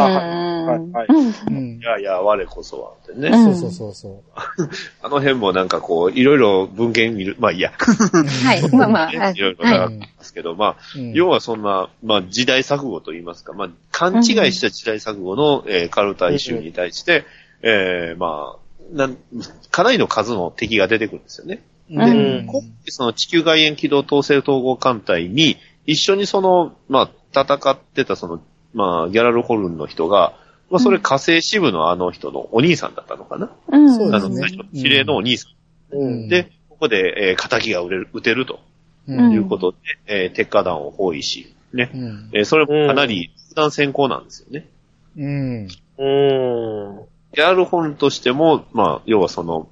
いやいや、我こそはってね。 そう。 あの辺もなんかこう、いろいろ文献見る、まあいいや。 はい、まあまあ。 いろいろなってますけど、まあ、要はそんな、まあ時代錯誤と言いますか、まあ、勘違いした時代錯誤の、カルタイ州に対して、まあ、かなりの数の敵が出てくるんですよね。で、今回その地球外縁機動統制統合艦隊に、一緒にその、まあ、戦ってたその、まあ、ギャラルホルンの人が、まあ、それ火星支部のあの人のお兄さんだったのかな。 そうですね。 司令のお兄さん。で、ここで、仇が撃てると。いうことで、鉄火弾を包囲し、ね。それもかなり、実弾先行なんですよね。ギャラルホルンとしても、まあ、要はその、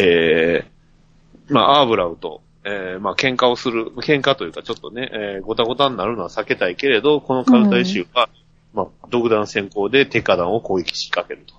まあ、アーブラウと、まあ、喧嘩というかちょっとね、ごたごたになるのは避けたいけれど、このカルタイ州は、まあ、独断先行で鉄火弾を攻撃しかけると。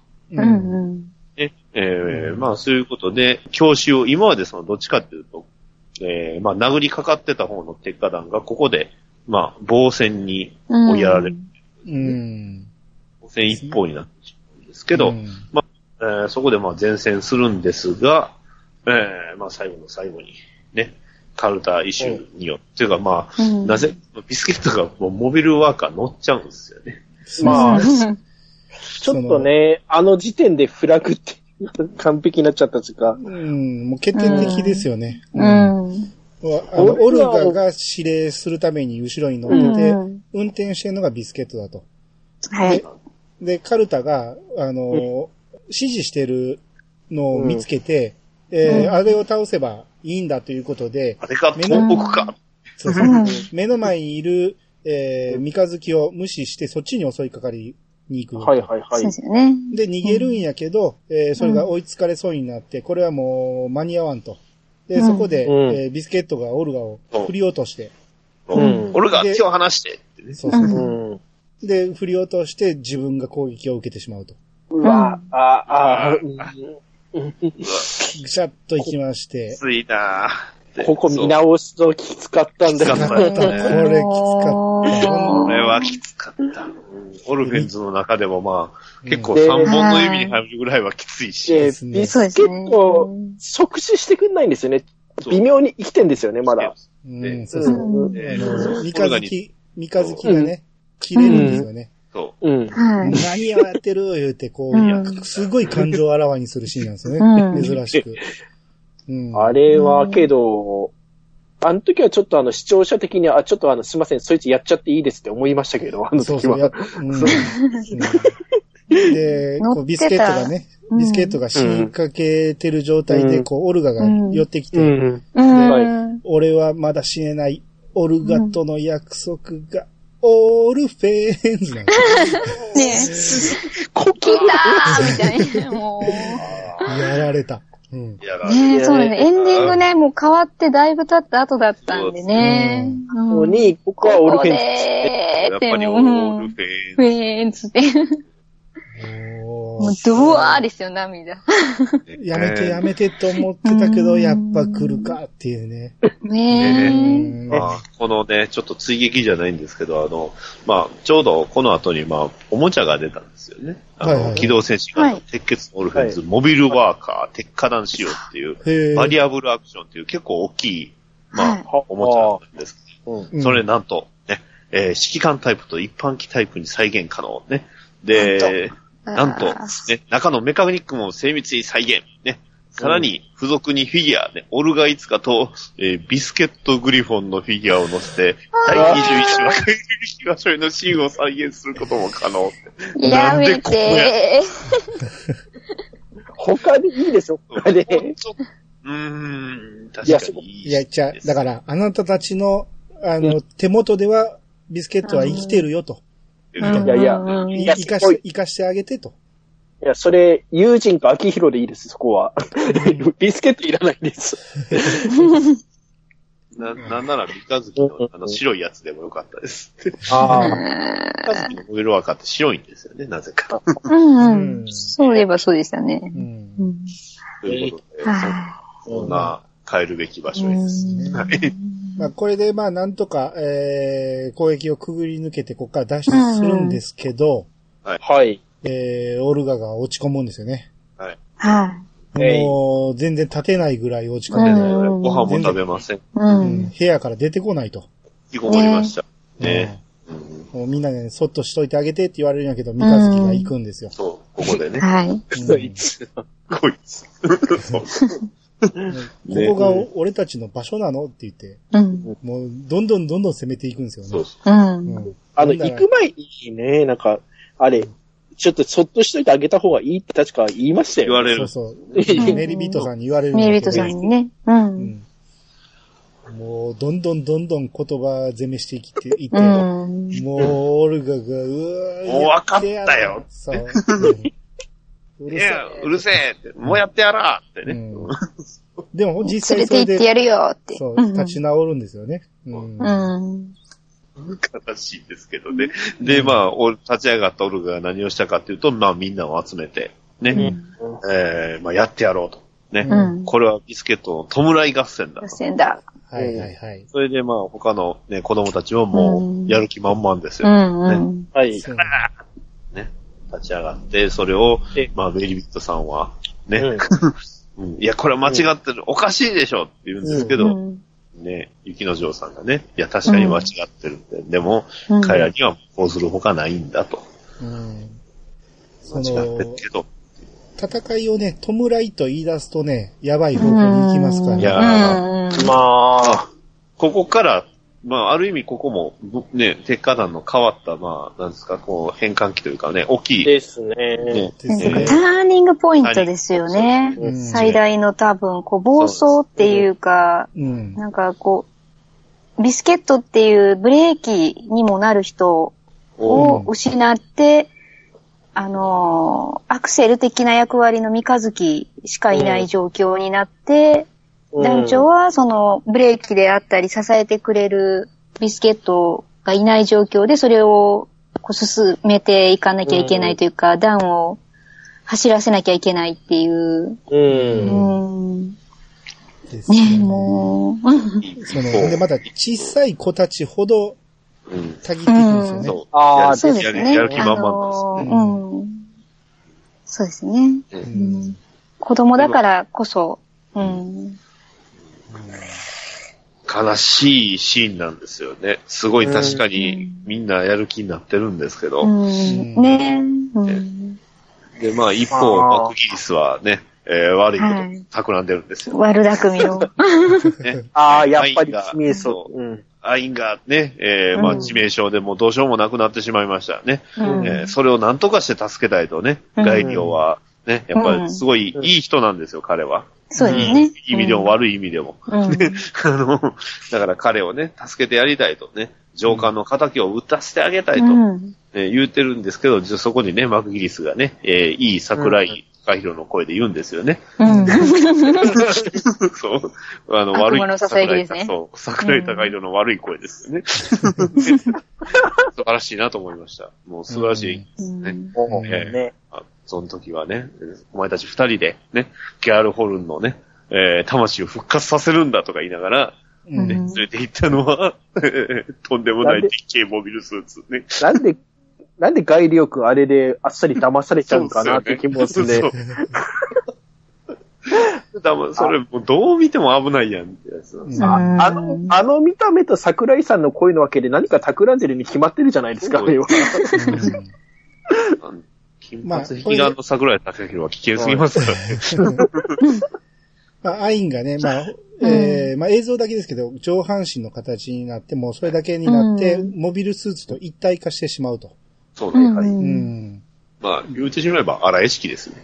まあ、そういうことで、強襲を、今までその、どっちかっていうと、まあ、殴りかかってた方の鉄火弾が、ここで、まあ、防戦に追いやられる。防戦一方になってしまうんですけど、まあ、そこでまあ、前線するんですが、まあ、最後の最後に、ね、カルタイシューによって、というかまあ、なぜ、ビスケットがもうモビルワーカー乗っちゃうんですよね。 まあ、ちょっとね、あの時点でフラグって完璧になっちゃったというか。 もう決定的ですよね。オルガが指令するために後ろに乗ってて、運転してるのがビスケットだと。 はい。 で、カルタが、指示してるのを見つけて、あれを倒せばいいんだということで、 あれが東北か。 そう目の前にいる、三日月を無視してそっちに襲いかかりに行く。 そうですよね。 で、逃げるんやけど、それが追いつかれそうになって、これはもう間に合わんと。で、そこで、ビスケットがオルガを振り落として。 オルガ、手を離してってね。 で、振り落として自分が攻撃を受けてしまうと。ぐしゃっと行きまして。 きついなぁ。 ここ見直すときつかったんだよね。 これきつかった。 これはきつかった。オルフェンズの中でもまあ、結構3本の指に入るぐらいはきついし。 ビスケット、即死してくんないんですよね。微妙に生きてんですよね、まだ。 三日月がね、切れるんですよね。 そう。うん。 はい。 何をやってる言うて、こう、すごい感情をあらわにするシーンなんですよね。珍しく。 あれはけど、あの時はちょっと視聴者的には、ちょっとすいません、そいつやっちゃっていいですって思いましたけど、あの時は。 で、こうビスケットがね、ビスケットが死にかけてる状態で、こう、オルガが寄ってきて、俺はまだ死ねない、オルガとの約束が、オールフェーンズなんです。 ねえ。聞いたーみたいな、もう。やられた。 ねえ、そうね。エンディングね、もう変わってだいぶ経った後だったんでね。 に、僕はオールフェーンズ。 やっぱりオールフェーンズって。もうドワーですよ、涙。 やめてと思ってたけど、やっぱ来るかっていうね。 ねえ。このね、ちょっと追撃じゃないんですけど、ちょうどこの後におもちゃが出たんですよね。機動戦士ガンダム、鉄血オルフェンズ、モビルワーカー、鉄火弾仕様っていう、バリアブルアクションっていう結構大きい、おもちゃなんですけど、それなんと、ね、指揮官タイプと一般機タイプに再現可能ね。で、なんと、ね、中のメカニックも精密に再現。ね。さらに、付属にフィギュア、ね、オルガイツカと、ビスケットグリフォンのフィギュアを乗せて、第21話、怪力場所へのシーンを再現することも可能。 やめてー。他でいいでしょ他で。 確かに。 いや、だから、あなたたちの、手元では、ビスケットは生きてるよと。生かしてあげてと。 いや、それ、友人か秋広でいいです、そこは。ビスケットいらないです。 なんなら三日月の白いやつでもよかったです。三日月のモビルワーカーって白いんですよね、なぜか。 そういえばそうでしたね。 ということで、そんな変えるべき場所です。 これでなんとか、攻撃をくぐり抜けてここから脱出するんですけど、 はい。 オルガが落ち込むんですよね。 はい。 もう、全然立てないぐらい落ち込んで、 ご飯も食べません。 部屋から出てこないと。 引きこもりました。ね。 もうみんなね、そっとしといてあげてって言われるんやけど、三日月が行くんですよ。 そう、ここでね。 はい。 こいつ。 ここが俺たちの場所なのって言って、もうどんどん攻めていくんですよね。 行く前にね、なんか、あれ、ちょっとそっとしといてあげた方がいいって確か言いましたよ。 言われる。 そう。メリビットさんに言われる。 メリビットさんにね。 もう、どんどん言葉攻めしていって、もう、オルガが、 もう分かったよ。 そう。 いや、うるせえって、もうやってやらってね。 でも実際それで、 連れて行ってやるよって。 そう、立ち直るんですよね。 悲しいですけどね。で、立ち上がったオルガが何をしたかっていうと、みんなを集めて、ね。やってやろうと。ね。これはビスケットの弔い合戦だと。 合戦だ。 はい。 それで他のね、子供たちももう、やる気満々ですよ。 はい。 ね。立ち上がって、それを、メリビットさんは、ね。いや、これは間違ってる。おかしいでしょって言うんですけど、ね、雪之丞さんがね、いや、確かに間違ってるんで、でも、彼らにはこうするほかないんだと。間違ってるけど。 戦いをね、弔いと言い出すとね、やばい方向に行きますから。 いやここから、ある意味ここも、ね、鉄火団の変わった、なんですか、こう、変換器というかね、大きい。 ですね。 ターニングポイントですよね。最大の多分、暴走っていうか、なんかビスケットっていうブレーキにもなる人を失って、アクセル的な役割の三日月しかいない状況になって、団長はそのブレーキであったり支えてくれるビスケットがいない状況でそれを進めていかなきゃいけないというか、団を走らせなきゃいけないっていう。ね、もう。 で、また小さい子たちほど、たぎっていくんですよね。 そうですね。 やる気満々です。 そうですね。子供だからこそ、 悲しいシーンなんですよね。すごい確かにみんなやる気になってるんですけど。 ねで、まあ一方、マクギリスはね、悪いこと企んでるんですよ。 悪巧みを。 ね、 やっぱり致命傷。 アインがね、まあ致命傷でもうどうしようもなくなってしまいましたね。それを何とかして助けたいとね、ガイリオはね、やっぱりすごいいい人なんですよ、彼は。 そうですね。 いい意味でも悪い意味でも。だから彼をね、助けてやりたいとね、上官の仇を撃たせてあげたいと、言ってるんですけど、そこにね、マクギリスがね、いい桜井貴弘の声で言うんですよね。そう。悪い桜井、そう、桜井貴弘の悪い声ですよね。素晴らしいなと思いました。もう素晴らしいですね。その時はね、お前たち二人でね、ギャールホルンのね、魂を復活させるんだとか言いながら、ね、連れて行ったのは、とんでもないでっけえモビルスーツね。 なんでガイリオ君あれであっさり騙されちゃうかなって気もするね。 それ、どう見ても危ないやんってやつなんですよ。 あの見た目と桜井さんの声のわけで何か企んでるに決まってるじゃないですか、あれは。 金髪引き眼の桜井貴弘は危険すぎますからね。 アインがね、映像だけですけど、上半身の形になって、もうそれだけになって、モビルスーツと一体化してしまうと。 そうね、はい。まあ、言うてしまえば荒屋敷ですね。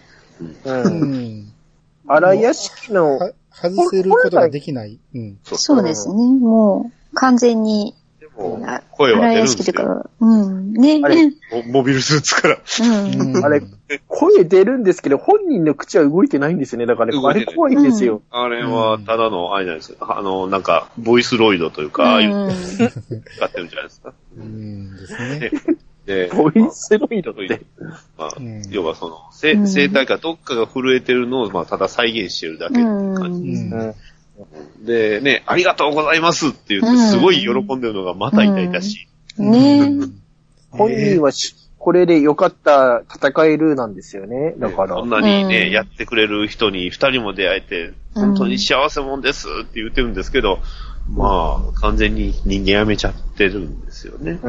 荒屋敷の外せることができない。 そうですね、もう完全に。 声は出るんですよ。 ね。 モビルスーツから。 あれ、声出るんですけど、本人の口は動いてないんですよね。だから、あれ怖いんですよ。 あれは、ただの、あれじゃないですか。なんか、ボイスロイドというか、ああいうの使ってるんじゃないですか。 ですね。 で、 ボイスロイドって。 まあ、要はその、声帯かどっかが震えてるのを、まあ、ただ再現してるだけの感じですね。で、ね、ありがとうございますって言って、すごい喜んでるのがまた痛々しい。 本人はこれでよかった戦えるなんですよね。だから。 こんなにね、やってくれる人に二人も出会えて、本当に幸せもんですって言ってるんですけど、まあ、完全に人間やめちゃってるんですよね。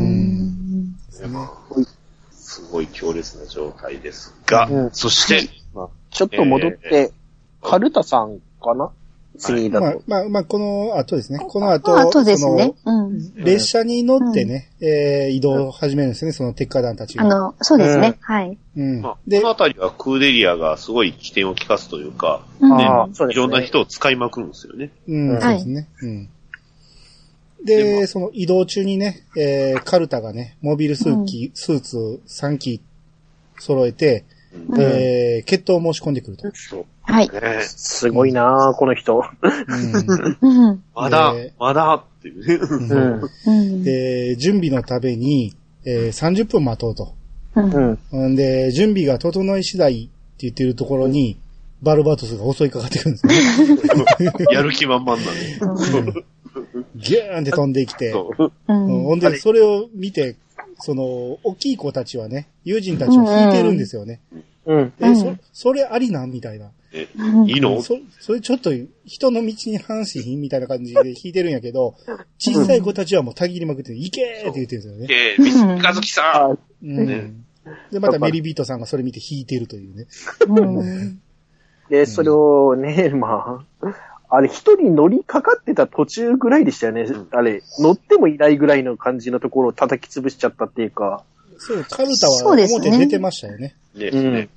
すごい強烈な状態ですが、そして、 ちょっと戻って、カルタさんかな次だと。 まあ、この後ですね。この後ですね。 列車に乗ってね、移動を始めるんですね、その鉄火団たちが。 そうですね。はい。 で、このあたりはクーデリアがすごい起点を利かすというか、ね、いろんな人を使いまくるんですよね。 そうですね。で、その移動中にね、カルタがね、モビルスーツ3機揃えて、決闘を申し込んでくると。 はい。 すごいなぁ、この人。 まだっていうね。で、準備のために、30分待とうと。で、準備が整い次第って言ってるところに、バルバトスが襲いかかってくるんですね。 やる気満々なんで。 ギューンって飛んできて。ほんで、それを見て、大きい子たちはね、友人たちは引いてるんですよね。それありなんみたいな。 いいのそれちょっと人の道に反しひんみたいな感じで引いてるんやけど、小さい子たちはもうたぎりまくって、行けーって言ってるんですよね。 三日月さんで、またメリビートさんがそれ見て引いてるというね。 で、それをね、まあ、あれ一人乗りかかってた途中ぐらいでしたよね。あれ、乗ってもいないぐらいの感じのところを叩き潰しちゃったっていうか。 そう、カルタは表出てましたよね。 ですね。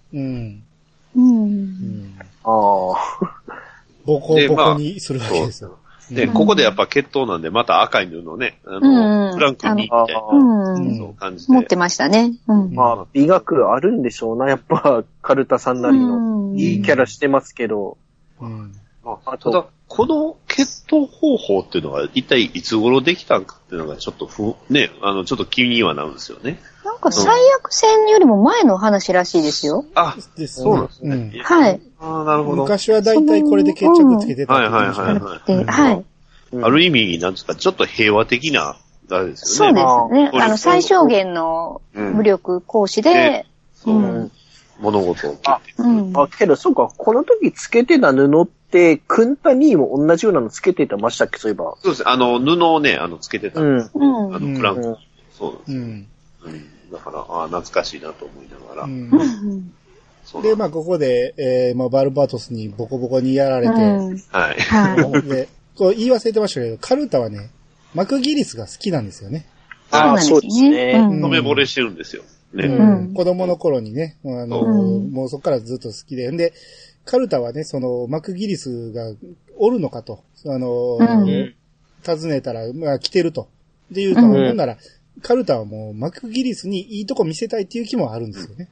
ボコボコにするわけですよ。 で、ここでやっぱ決闘なんで、また赤い布ね、フランクにみたいな、そう感じで。 持ってましたね。 まあ、美学あるんでしょうな、やっぱ、カルタさんなりの。いいキャラしてますけど。 ただ、この決闘方法っていうのが一体いつ頃できたんかっていうのがちょっとね、ちょっと気にはなるんですよね。 なんか最悪戦よりも前の話らしいですよ。 そうなんですね。 はい。 なるほど。 昔はだいたいこれで決着つけてた。 はい。 ある意味、なんですか、ちょっと平和的な、あれですよね。そうですね。最小限の武力行使で、 物事をけど、そうか、この時つけてた布っで、クンタニーも同じようなのつけてましたっけ、そういえば。 そうです。布をね、つけてたんです。プランク。そうです。だから、懐かしいなと思いながら。 で、まあ、ここで、まあ、バルバトスにボコボコにやられて、 はい。 で、こう言い忘れてましたけど、カルタはね、マクギリスが好きなんですよね。 そうですね。 一目惚れしてるんですよ。ね。 子供の頃にね、もうそこからずっと好きで。で、カルタはね、その、マクギリスがおるのかと、尋ねたら、まあ、来てると。で言うと、ほんなら、カルタはもう、マクギリスにいいとこ見せたいっていう気もあるんですよね。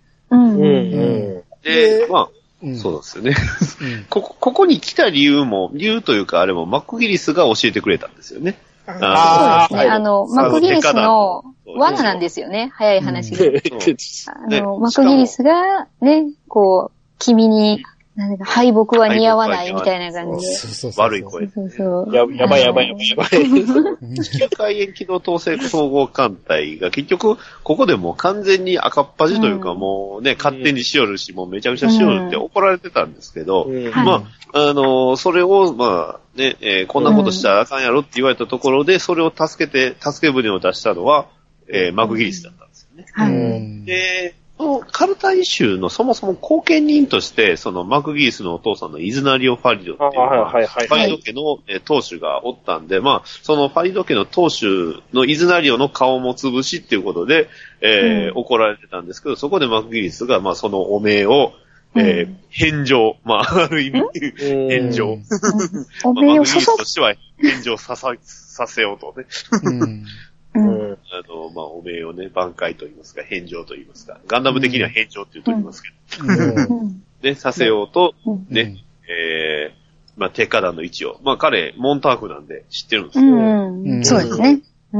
で、まあ、そうですよね。ここに来た理由というか、あれも、マクギリスが教えてくれたんですよね。 そうですね。マクギリスの罠なんですよね。早い話で。マクギリスが、ね、こう、君に、なんか敗北は似合わないみたいな感じで。 悪い声。 やばい。 球界塩機動統制総合艦隊が結局、ここでもう完全に赤っ端というかもうね、勝手にしよるし、もうめちゃくちゃしよるって怒られてたんですけど、まあ、それを、まあ、ね、こんなことしたらあかんやろって言われたところで、それを助け舟を出したのは、マクギリスだったんですよね。で、カルタイ州のそもそも後見人として、そのマクギリスのお父さんのイズナリオ・ファリドっていうのは、ファリド家の当主がおったんで、まあ、そのファリド家の当主のイズナリオの顔も潰しっていうことで、怒られてたんですけど、そこでマクギリスが、まあ、その汚名を、返上。まあ、ある意味、返上。マクギリスとしては返上させようとね。まあ、汚名をね、挽回と言いますか、返上と言いますか、ガンダム的には返上って言うと言いますけど、ね、させようと、ね、まあ、鉄火団の位置を、まあ、彼、モンタークなんで知ってるんですよ。 そうですね。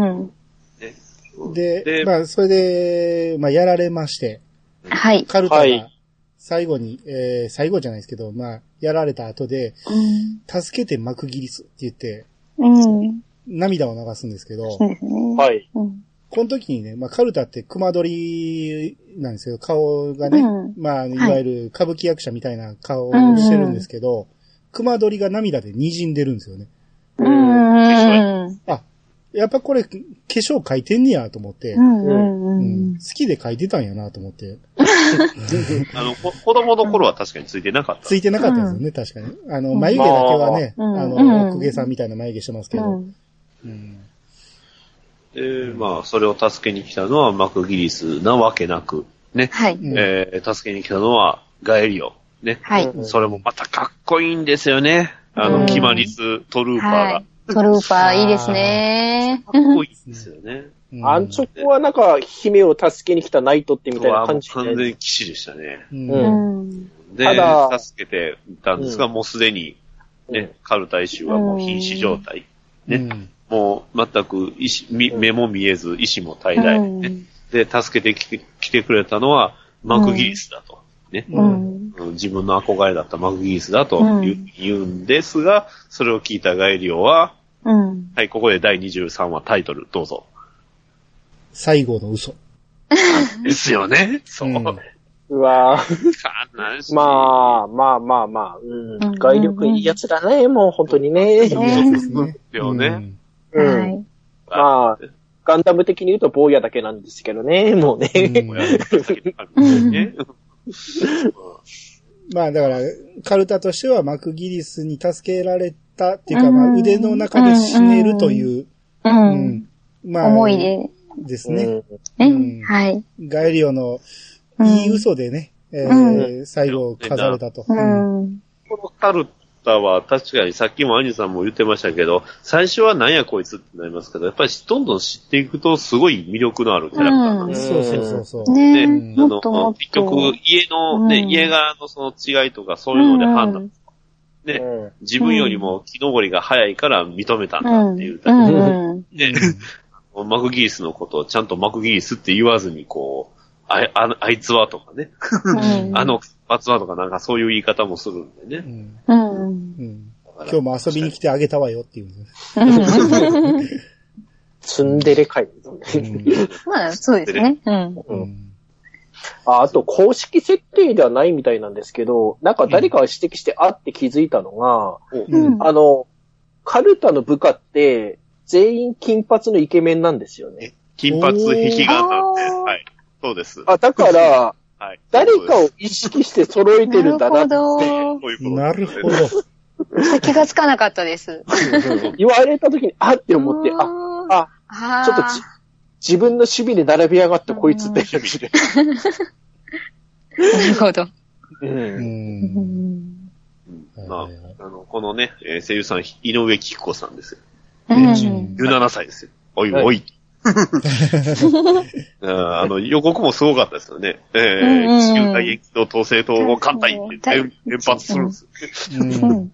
で、まあ、それで、まあ、やられまして、 はい。 カルタが、最後に、最後じゃないですけど、まあ、やられた後で、助けてマクギリスって言って、涙を流すんですけど、 はい。 この時にね、まあ、カルタって熊取なんですけど、顔がね、まあ、いわゆる歌舞伎役者みたいな顔をしてるんですけど、熊取が涙で滲んでるんですよね。あ、やっぱこれ、化粧描いてんねやと思って、好きで描いてたんやなと思って。 子供の頃は確かについてなかった。 ついてなかったですよね、確かに。眉毛だけはね、奥毛さんみたいな眉毛してますけど。 まあ、それを助けに来たのはマクギリスなわけなく、ね。 はい。 助けに来たのはガエリオ。ね。 はい。 それもまたかっこいいんですよね。キマリストルーパーが。 トルーパーいいですね。 かっこいいですよね。 あんちょこはなんか、姫を助けに来たナイトってみたいな感じで。 完全に騎士でしたね。 で、 助けてたんですが、もうすでに、ね、カルタイ州はもう瀕死状態。ね。もう全く目も見えず、意志も怠大、ね。で、助けてきてくれたのは、マクギリスだと。ね。自分の憧れだったマクギリスだと言うんですが、それを聞いたガエリオは、はい、ここで第23話タイトル、どうぞ。 最後の嘘。 ですよね。そう。 うわぁ。まあ。外力いいやつだね、もう本当にね。 そうですよね。 まあ、ガンダム的に言うと坊やだけなんですけどね、もうね。 まあだから、カルタとしてはマクギリスに助けられたっていうか、まあ腕の中で死ねるという、 まあ、思いで。 ですね。 はい。 ガエリオのいい嘘でね、最後を飾れたと。 このカルタは確かにさっきもアニさんも言ってましたけど、最初はなんやこいつってなりますけど、やっぱりどんどん知っていくとすごい魅力のあるキャラクターなんですよ。そう。 で、結局家のね、家側のその違いとかそういうので判断。ね、自分よりも木登りが早いから認めたんだっていうだけで、マクギリスのことをちゃんとマクギリスって言わずにこう、あいつはとかね、罰はとかなんかそういう言い方もするんでね。 今日も遊びに来てあげたわよっていう。 ツンデレかい。 まあ、そうですね。 あと、公式設定ではないみたいなんですけど、なんか誰かが指摘してあって気づいたのが、カルタの部下って、全員金髪のイケメンなんですよね。 金髪壁眼なんで、はい。そうです。 だから、はい、誰かを意識して揃えてるんだなって。 なるほど。 気がつかなかったです。 言われた時に、って思って、ちょっと自分の守備で並び上がったこいつって言うて。 なるほど。 まあ、このね、声優さん、井上貴子さんですよ。17歳ですよ。おいおい。予告もすごかったですよね。地球大激闘統制党を艦隊って連発するんですよ。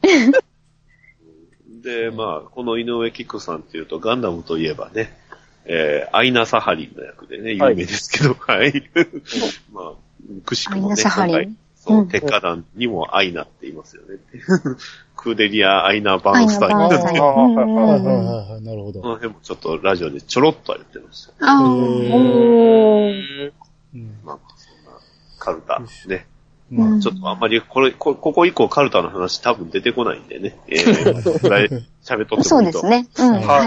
で、まあ、この井上貴子さんっていうと、ガンダムといえばね、アイナ・サハリンの役でね、有名ですけど、はい。まあ、くしくもね、そう、鉄火団にもアイナって言いますよね。クーデリア・アイナ・バーンスタイン。なるほど。 この辺もちょっとラジオでちょろっとは言ってました。まあ、そんな、カルタね。まあ、ちょっとあんまり、ここ以降カルタの話多分出てこないんでね。喋っとってもいいと。 そうですね。はい。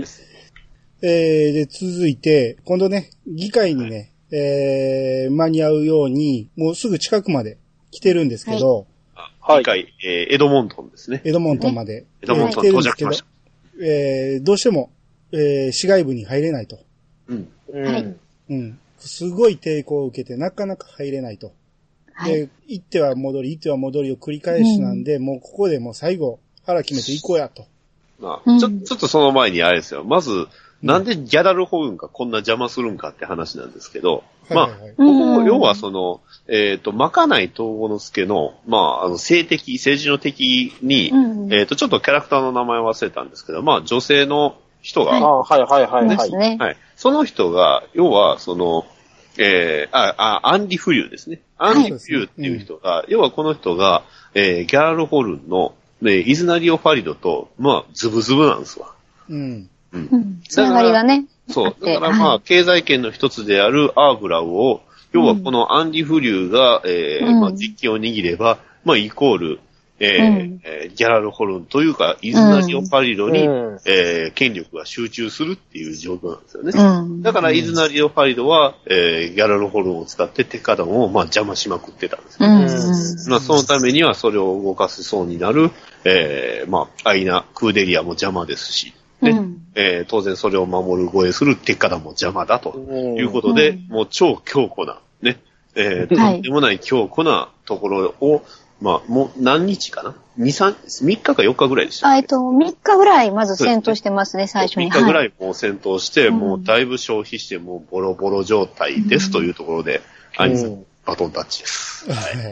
で、続いて、今度ね、議会にね、間に合うように、もうすぐ近くまで来てるんですけど、 議会、エドモントンですね。 エドモントンまで。 エドモントン到着しました。 どうしても、市街部に入れないと。 はい。 すごい抵抗を受けて、なかなか入れないと。で、行っては戻りを繰り返しなんで、もうここでもう最後、腹決めて行こうやと。 まあ、ちょっとその前にあれですよ。まず、なんでギャラルホルンがこんな邪魔するんかって話なんですけど、まあ、ここ要はその、まかない東郷之助の、まあ、政治の敵に、ちょっとキャラクターの名前忘れたんですけど、まあ、女性の人が、 はい。 その人が、要は、その、アンディ・フリューですね。アンディ・フリューっていう人が、要はこの人が、ギャラルホルンの、イズナリオ・ファリドと、まあ、ズブズブなんですわ。 つながりがね。 そう。だからまあ、経済圏の一つであるアーブラウを、要はこのアンディ・フリューが、まあ、実権を握れば、まあ、イコール、ギャラルホルンというか、イズナリオ・ファリドに、権力が集中するっていう状況なんですよね。だから、イズナリオ・ファリドは、ギャラルホルンを使って鉄火団を、まあ、邪魔しまくってたんですよ。まあ、そのためには、それを動かせそうになる、まあ、アイナ・クーデリアも邪魔ですし、当然それを守る護衛する鉄火団も邪魔だということで、もう超強固な、ね、とんでもない強固なところを、まあ、もう何日かな ?3 日か4日ぐらいでしたっけ。 3日ぐらいまず戦闘してますね、最初に。 3日ぐらいもう戦闘して、もうだいぶ消費して、もうボロボロ状態ですというところで、アニさん、バトンタッチです。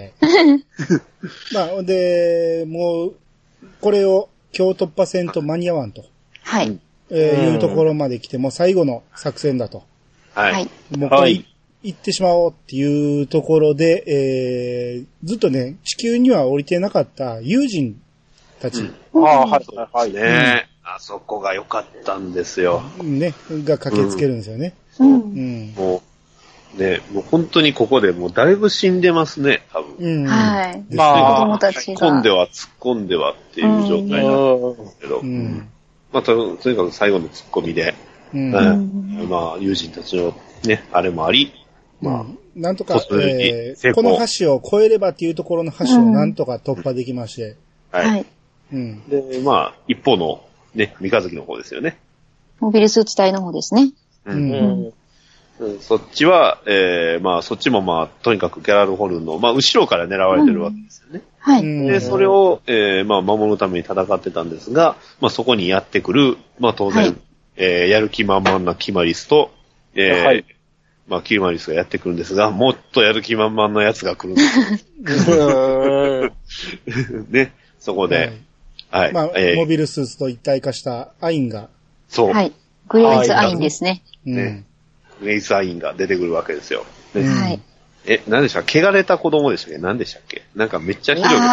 まあ、で、もう、これを今日突破戦と間に合わんと。 はい。 いうところまで来て、もう最後の作戦だと。 はい。 もうこれ、行ってしまおうっていうところで、ずっとね、地球には降りてなかった友人たち。 はいね。あそこが良かったんですよ。 ね、が駆けつけるんですよね。 もう、ね、もう本当にここでもうだいぶ死んでますね、多分。 はい。 まあ、 子供たちが。 突っ込んでは突っ込んではっていう状態なんですけど。まあ、とにかく最後の突っ込みで、まあ、友人たちのね、あれもあり、まあ、 なんとか、この橋を越えればっていうところの橋をなんとか突破できまして。 はい。で、まあ、一方のね、三日月の方ですよね。 モビルスーツ隊の方ですね。 そっちは、まあ、そっちもまあ、とにかくギャラルホルンの、まあ、後ろから狙われてるわけですよね。 はい。 で、それを、まあ、守るために戦ってたんですが、まあ、そこにやってくる、まあ、当然、やる気満々なキマリスと、まあ、キマリスがやってくるんですが、もっとやる気満々なやつが来るんですよ。ね、そこで、 はい。まあ、モビルスーツと一体化したアインが。 そう。 はい。グレイスアインですね。 ね。グレイスアインが出てくるわけですよ。 はい。 何でしたっけ？汚れた子供でしたっけ？何でしたっけ？なんかめっちゃひどいこと、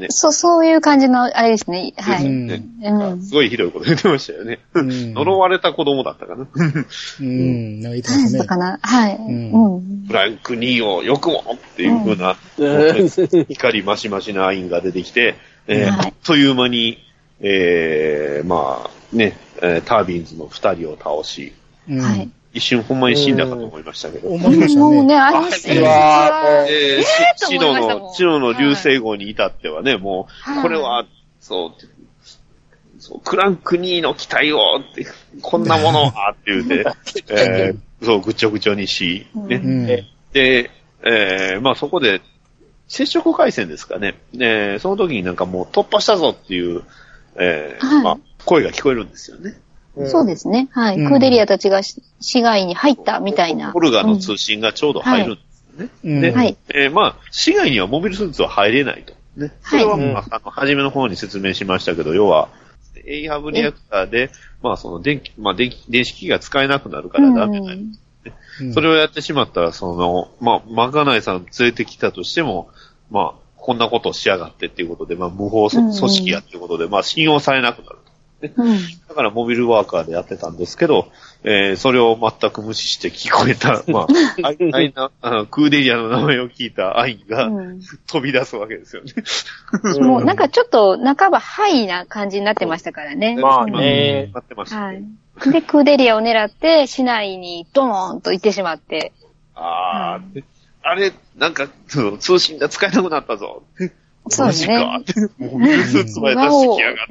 ね。 そういう感じの、あれですね。はい。 すごいひどいこと言ってましたよね。呪われた子供だったかな。 なんか言ってましたね。 かな。はい。 フランク2をよくもっていう風な、光マシマシなアインが出てきて、あっという間に、まあね、タービンズの2人を倒し、一瞬ほんまに死んだかと思いましたけど。 思いましたね。 もうね、あのシーンは、 白の流星号に至ってはね、もう、これは、そう、クランク2の機体をって、こんなものはって言うて、そう、ぐちょぐちょにし、ね。で、まあそこで、接触回線ですかね。その時になんかもう突破したぞっていう、まあ、声が聞こえるんですよね。 そうですね。はい。クーデリアたちが市街に入ったみたいな。 オルガの通信がちょうど入るんですよね。で、まあ、市街にはモビルスーツは入れないと。ね。それは、まあ、初めの方に説明しましたけど、要は、エイハブリアクターで、まあ、その電子機器が使えなくなるからダメなんですね。それをやってしまったら、まあ、マカナイさん連れてきたとしても、まあ、こんなことをしやがってっていうことで、まあ、無法組織やっていうことで、まあ、信用されなくなると。だからモビルワーカーでやってたんですけど、それを全く無視して聞こえた、まあ、クーデリアの名前を聞いたアインが飛び出すわけですよね。 もうなんかちょっと半ばハイな感じになってましたからね。 まあね。 なってましたね。 で、クーデリアを狙って市内にドーンと行ってしまって。 あれ、なんか、通信が使えなくなったぞ。 そうですね。 マジかって。モビルスーツまで出してきやがった。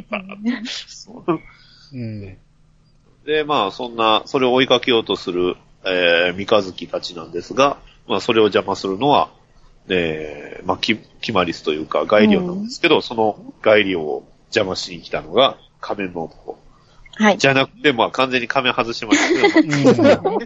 で、まあ、それを追いかけようとする、三日月たちなんですが、まあ、それを邪魔するのは、まあ、キマリスというか、ガイリオンなんですけど、そのガイリオンを邪魔しに来たのが、仮面の男。 はい。 じゃなくて、まあ、完全に仮面外しましたけど、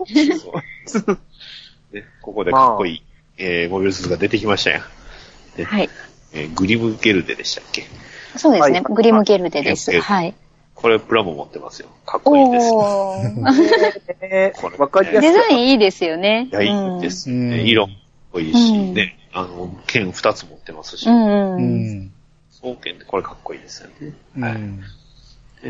ここでかっこいい、モビルスーツが出てきましたよ。 はい。 グリムゲルデでしたっけ？ そうですね。グリムゲルデです。はい。 これプラモ持ってますよ。かっこいいです。 わかりやすい。 デザインいいですよね。 いや、いいですね。色もかっこいいし、ね。剣2つ持ってますし。双剣でこれかっこいいですよね。はい。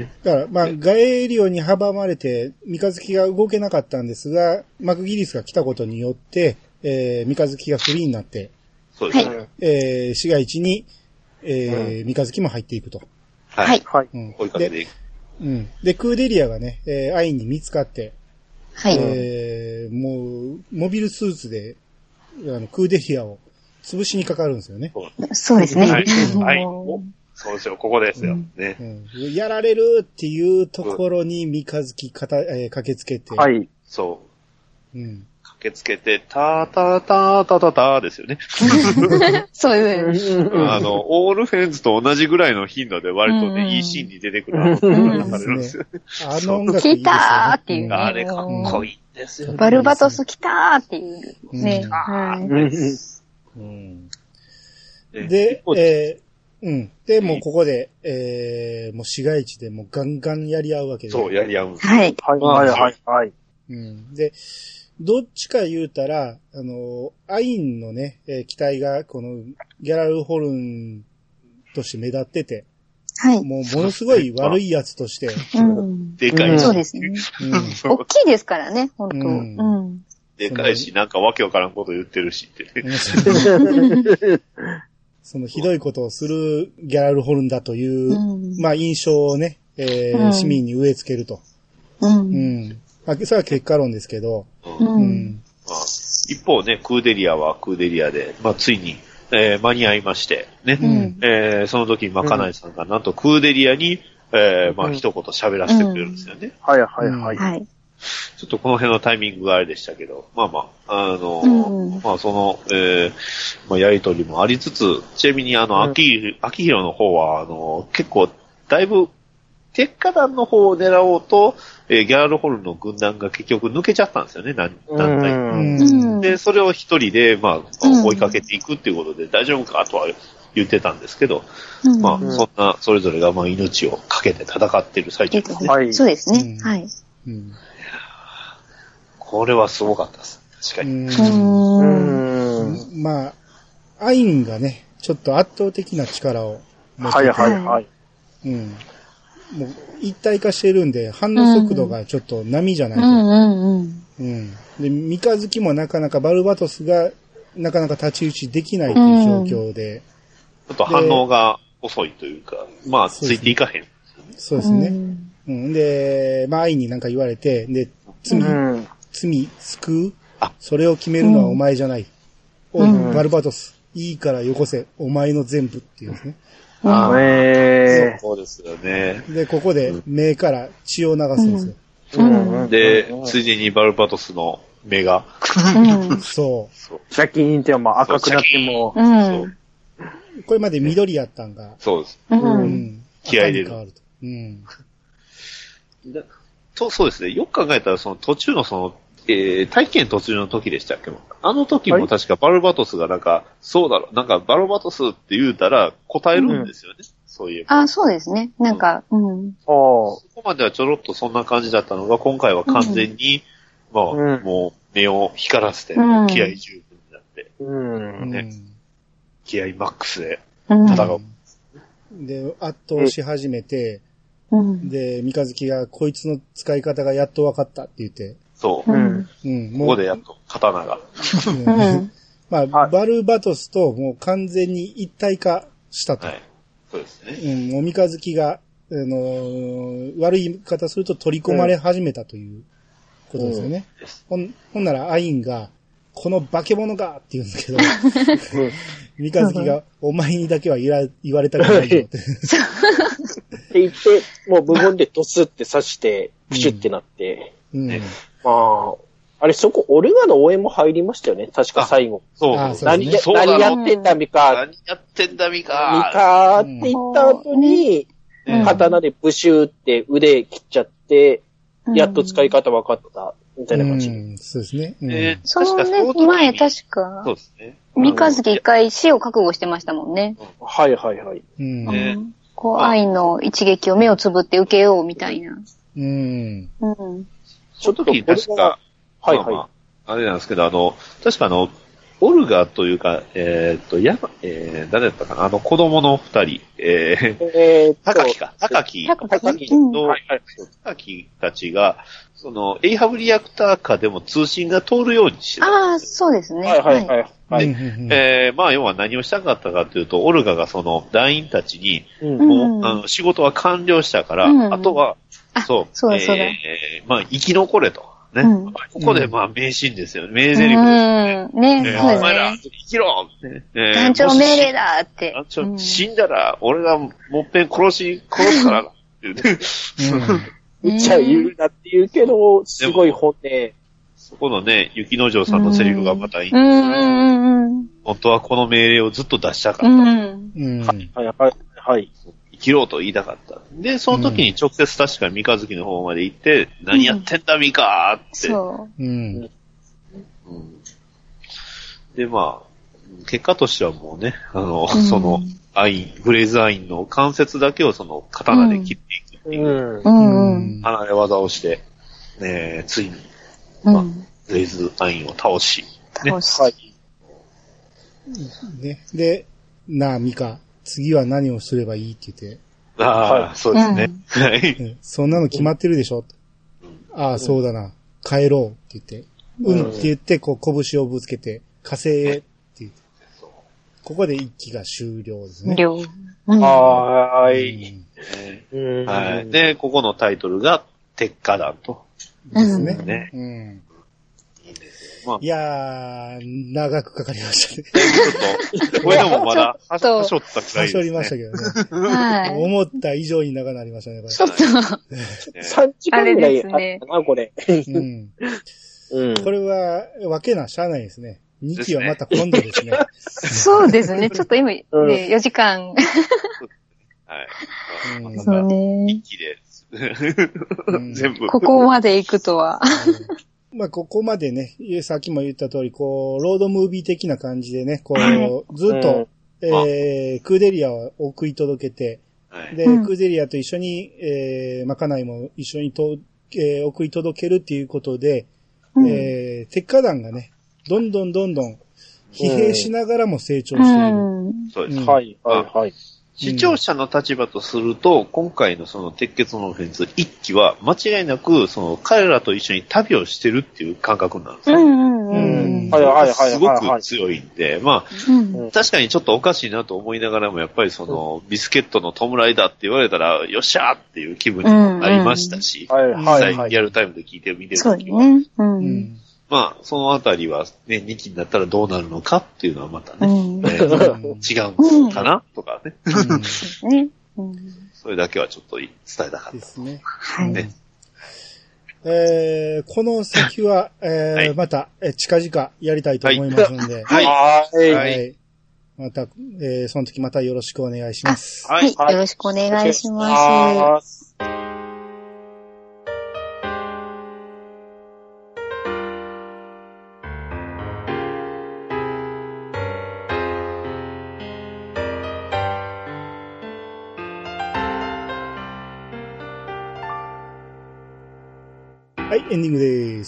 だから、まあ、ガエリオに阻まれて、三日月が動けなかったんですが、マクギリスが来たことによって、三日月がフリーになって、 そうですね。 市街地に、三日月も入っていくと。 はい。 はい。 追いかけていく。 で、クーデリアがね、アインに見つかって、 はい。 もう、モビルスーツで、クーデリアを潰しにかかるんですよね。 そうですね。 はい。そうですよ、ここですよ。ね。 やられるっていうところに三日月駆けつけて。 はい。 そう。駆けつけて、ターですよね。 そういう。 オールフェンズと同じぐらいの頻度で割とね、いいシーンに出てくる音楽がされるんですよね。 音楽いいですよね。 来たーっていうね。 あれかっこいいんですよね。 バルバトス来たーっていうね。 で、で、もうここで、もう市街地でもうガンガンやり合うわけです。 そう、やり合うんです。 はい。 はい。 で、どっちか言うたら、アインのね、機体が、この、ギャラルホルンとして目立ってて、 はい。 もう、ものすごい悪いやつとして。 でかいし。 そうですね。大きいですからね、本当。 でかいし、なんかわけわからんこと言ってるしってね。 そのひどいことをするギャラルホルンだという、まあ印象をね、市民に植え付けると。それは結果論ですけど。 一方ね、クーデリアはクーデリアで、まあついに、間に合いまして、ね。その時にマカナイさんがなんとクーデリアに、まあ一言喋らせてくれるんですよね。 はい。 ちょっとこの辺のタイミングがあれでしたけど、まあまあ、まあその、まあやりとりもありつつ、ちなみに秋広の方は、結構、だいぶ、鉄火団の方を狙おうと、ギャラルホルンの軍団が結局抜けちゃったんですよね、団体。で、それを一人で、まあ、追いかけていくっていうことで大丈夫かとは言ってたんですけど、まあ、そんな、それぞれがまあ命をかけて戦っている最中ですね。 はい。 そうですね。はい。 これはすごかったです。確かに。 まあ、アインがね、ちょっと圧倒的な力を持ってて。 はいはいはい。 うん。もう一体化してるんで、反応速度がちょっと波じゃないと。うん。で、三日月もなかなかバルバトスがなかなか太刀打ちできないという状況で。 ちょっと反応が遅いというか、まあ、ついていかへん。 そうですね。うん。で、まあ、アインになんか言われて、で、罪救うそれを決めるのはお前じゃない。おい、バルバトス。いいからよこせ。お前の全部っていうですね。 そうですよね。 で、ここで目から血を流すんですよ。で、ついでにバルバトスの目が。 そう。 シャキーンっても赤くなっても。 これまで緑やったんが。 そうです。気合い入れる。そうですね。よく考えたら、その途中の体験途中の時でしたっけ？あの時も確かバルバトスがなんか、そうだろ、なんかバルバトスって言うたら答えるんですよね。そういえば。 そうですね。なんか、 そこまではちょろっとそんな感じだったのが、今回は完全に、もう目を光らせて、気合十分になって、気合マックスで戦う。 で、圧倒し始めて、で、三日月がこいつの使い方がやっと分かったって言って、 そう。ここでやっと刀が。 まあ、バルバトスともう完全に一体化したと。 そうですね。 もう三日月が、悪い言い方すると取り込まれ始めたということですよね。ほんならアインが、この化け物がって言うんだけど、三日月が、お前にだけは言われたくないよって。 って言って、もう無言でドスって刺して、プシュってなって。あれ、そこ、オルガの応援も入りましたよね。確か最後。 そう。 何やってんだ、ミカ。 何やってんだ、ミカ。 ミカって言った後に、刀でブシューって腕切っちゃって、やっと使い方分かった、みたいな感じ。 そうですね。 そのね、前確か、 そうですね。 三日月一回死を覚悟してましたもんね。 はいはいはい。 こう、愛の一撃を目をつぶって受けようみたいな。 その時確か、あれなんですけど、確かオルガというか、誰だったかな、子供の二人、高木か。高木たちが、エイハブリアクター下でも通信が通るようにしてた。 そうですね。 まあ、要は何をしたかったかというと、オルガが団員たちに、もう、仕事は完了したから、あとは、まあ、生き残れと。ね。ここで、まあ、名シーンですよね。名台詞ですね。お前ら、生きろ団長命令だって。 団長、死んだら、俺がもっぺん殺すからな。って言うて。 めっちゃ言うなって言うけど、すごい本音。 そこのね、雪之丞さんのセリフがまたいいんですよ。本当はこの命令をずっと出したかった。 はい。 生きろと言いたかった。で、その時に直接確か三日月の方まで行って、何やってんだ三日って。で、まあ、結果としてはもうね、ブレイズアインの関節だけを刀で切っていくっていう、離れ技をして、ついに、ブレイズアインを倒し、 で、なあ、ミカ、次は何をすればいいって言って。 そうですね。 そんなの決まってるでしょ。そうだな。帰ろうって言って。って言って、こう、拳をぶつけて、火星へって言って。ここで一期が終了ですね。で、ここのタイトルが、鉄火団と。ですね。いやー、長くかかりましたね。 ちょっと、これでもまだ、はしょったくらいですね。 はしょりましたけどね。思った以上に長くなりましたね、これ。 ちょっと、 3時間ぐらいあったな、これ。 これは、わけなしゃあないですね。2期はまた今度ですね。 そうですね。ちょっと今、4時間。そうね。 1期で、全部。 ここまで行くとは。 まあ、ここまでね、さっきも言った通り、こう、ロードムービー的な感じでね、こう、ずっと、クーデリアを送り届けて、で、クーデリアと一緒に、まかないも一緒に送り届けるっていうことで、鉄火団がね、どんどん、 疲弊しながらも成長している。 そうです。 はい、はい、はい。 視聴者の立場とすると、今回のその鉄血のオフェンス1期は間違いなく、その彼らと一緒に旅をしてるっていう感覚なんですよ。 はいはいはい。 すごく強いんで、まあ、確かにちょっとおかしいなと思いながらも、やっぱりその、ビスケットの弔いだって言われたら、よっしゃーっていう気分にもなりましたし、実際リアルタイムで聞いて見てるときは。まあ、そのあたりはね、2期になったらどうなるのかっていうのはまたね、違うかなとかね。それだけはちょっと伝えたかった。 ですね。 はい。 この先は、また、近々やりたいと思いますので。 はい。 また、その時またよろしくお願いします。 はい。よろしくお願いします。 はい、エンディングです。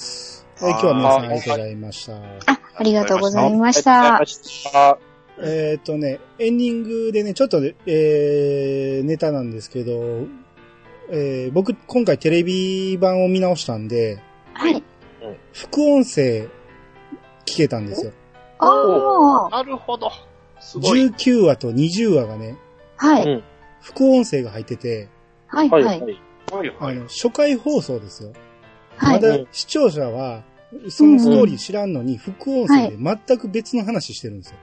今日は皆さんありがとうございました。 ありがとうございました。 エンディングでね、ちょっと、ネタなんですけど、僕、今回テレビ版を見直したんで、 はい。 副音声聞けたんですよ。 なるほど。すごい。 19話と20話がね、 はい。 副音声が入ってて、 はい、はい。 初回放送ですよ。まだ視聴者は、そのストーリー知らんのに、副音声で全く別の話してるんですよ。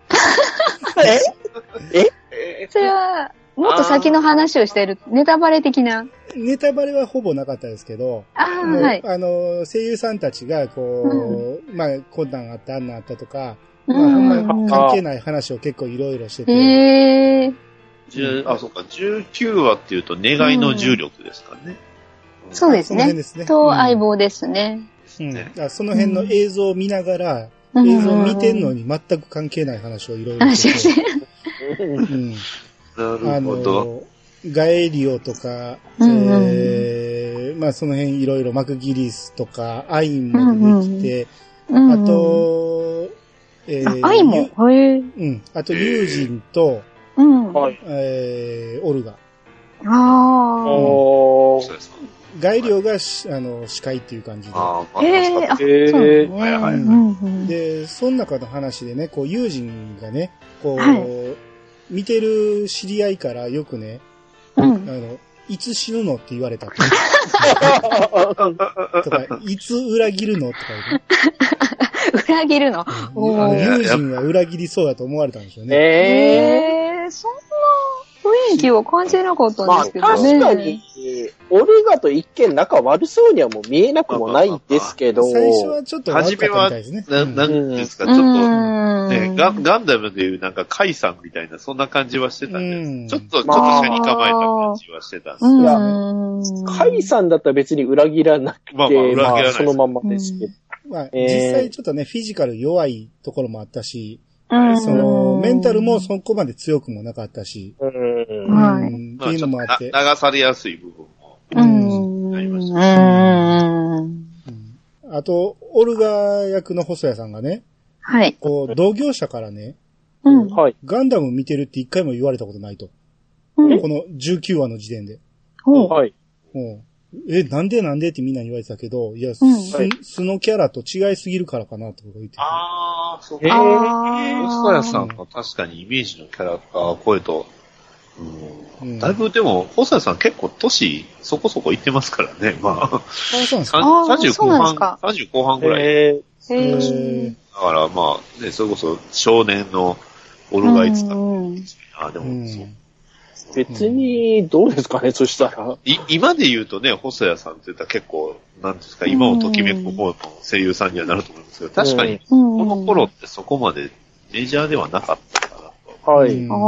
それは、もっと先の話をしてる、ネタバレ的な。 ネタバレはほぼなかったですけど、 はい。 声優さんたちが、こう、まあ、こんなんあった、あんなんあったとか、まあ、ほんま関係ない話を結構いろいろしてて。 そうか、19話っていうと、願いの重力ですかね。 そうですね。と、相棒ですね。 その辺の映像を見ながら、映像を見てんのに全く関係ない話をいろいろしてて。 なるほど。 ガエリオとか、まあその辺いろいろマクギリスとか、アインも出てきて、あと、 アインもあとユージンと、オルガ。 そうですか。 ガイリオが司会っていう感じで。で、その中の話でね、こう、友人がね、こう、見てる知り合いからよくね、いつ死ぬのって言われたと。とか、いつ裏切るのとか言うね。 裏切るの友人は裏切りそうだと思われたんですよね。 そんな雰囲気を感じなかったんですけどね。 確かに、オルガと一見仲悪そうにはもう見えなくもないですけど。 最初はちょっと悪かったみたいですね。 なんですか、ちょっと、ね、ガンダムでいうなんかカイさんみたいな、そんな感じはしてたんで、ちょっと車に構えた感じはしてたんですけど。カイさんだったら別に裏切らなくて、まあそのままですけど。 実際ちょっとね、フィジカル弱いところもあったし、メンタルもそこまで強くもなかったし、っていうのもあって。 流されやすい部分も、ありました。 あと、オルガ役の細谷さんがね、こう、同業者からね、ガンダム見てるって一回も言われたことないと。この19話の時点で。なんでってみんな言われてたけど、いや、素のキャラと違いすぎるからかなと言って。 そうか。細谷さんは確かにイメージのキャラクター声と、だいぶでも、細谷さん結構年そこそこいってますからね、まあ。 そうなんですか。 30後半ぐらい。だからまあ、ね、それこそ少年のオルガイツだ。でも、そう。 別に、どうですかね、そしたら。 今で言うとね、細谷さんって言ったら結構、なんですか、今をときめく方の声優さんにはなると思いますけど、確かに、この頃ってそこまでメジャーではなかったかなと。 はい。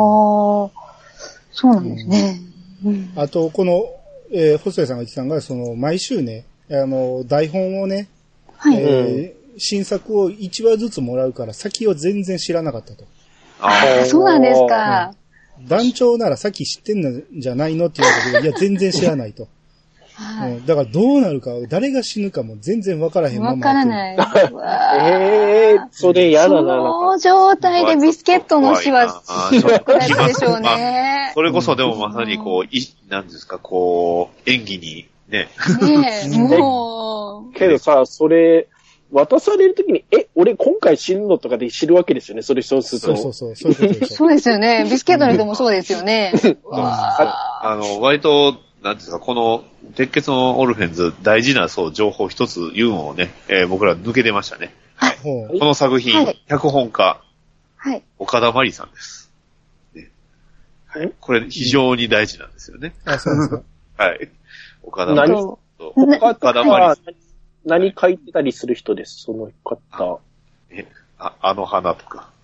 そうなんですね。 あと、この、細谷さんが言ってたのが、毎週ね、台本をね、新作を1話ずつもらうから、先を全然知らなかったと。 そうなんですか。 団長ならさっき知ってんのじゃないのって言われたけど、いや、全然知らないと。 はい。 だからどうなるか、誰が死ぬかも全然わからへんまま。 わからない。 それ嫌だな。 その状態でビスケットの死はショックだったでしょうね。 それこそでもまさになんですか、演技にね。 ねえ、もう。 けどさ、それ、渡されるときに、俺今回死ぬのとかで知るわけですよね、そうすると。 そう。 そうですよね。ビスケットの人もそうですよね。 割と、なんですか、この、鉄血のオルフェンズ、大事な、情報一つ言うのをね、僕ら抜けてましたね。はい。この作品、脚本家、はい。岡田真理さんです。ね、はい。これ、非常に大事なんですよね。 そうですか。 はい。岡田真理さんと、岡田真理さん。 何書いてたりする人です、その方。 あの花とか。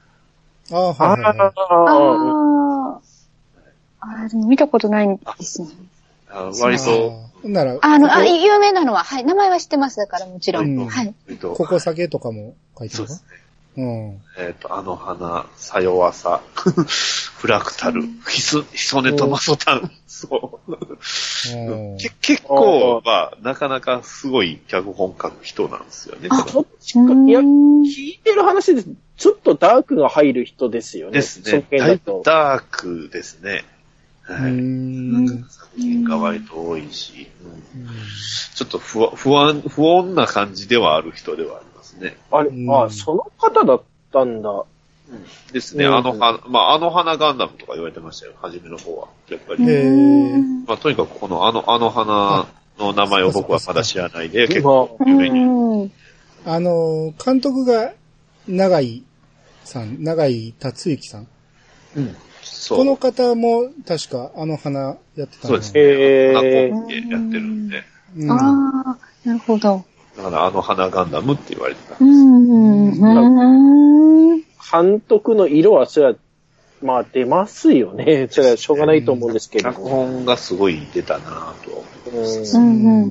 見たことないんですね。 割と。 有名なのは、はい、名前は知ってます、だからもちろん。はい。 ここ酒とかも書いてるの？そうですね。あの花、さよわさ、フラクタル、ヒソネとマソタン、そう。結構、なかなかすごい脚本書く人なんですよね。 いや、聞いてる話です。ちょっとダークが入る人ですよね。 ですね。ダークですね。はい。作品が割と多いし、ちょっと不穏な感じではある人ではありますね。 その方だったんだ。 ですね。あの花ガンダムとか言われてましたよ、初めの方は。やっぱり。とにかくこのあの花の名前を僕はまだ知らないで、結構有名に。 監督が永井達之さん。この方も確かあの花やってたんですね。花コンビやってるんで。 なるほど。 だからあの花ガンダムって言われてたんです。 監督の色はそれは、出ますよね。それはしょうがないと思うんですけど。 脚本がすごい出たなぁと思います。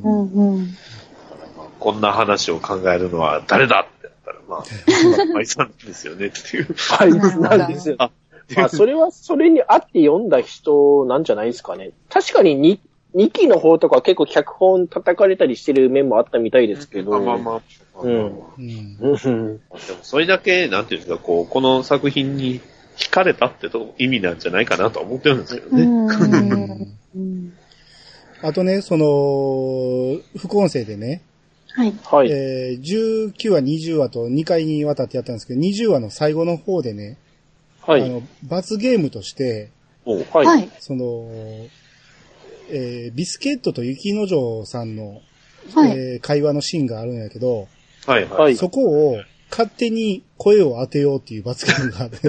こんな話を考えるのは誰だってやったら、マイさんですよねっていう。 はい、なんですよ。それはそれに合って読んだ人なんじゃないですかね。確かに2期の方とか結構脚本叩かれたりしてる面もあったみたいですけど。でもそれだけ、なんていうんですか、この作品に惹かれたって意味なんじゃないかなと思ってるんですけどね。 あとね、副音声でね、 はい。 19話、20話と2回にわたってやったんですけど、20話の最後の方でね、罰ゲームとして、ビスケットと雪之丞さんの、会話のシーンがあるんやけど、そこを勝手に声を当てようっていう罰ゲームがある。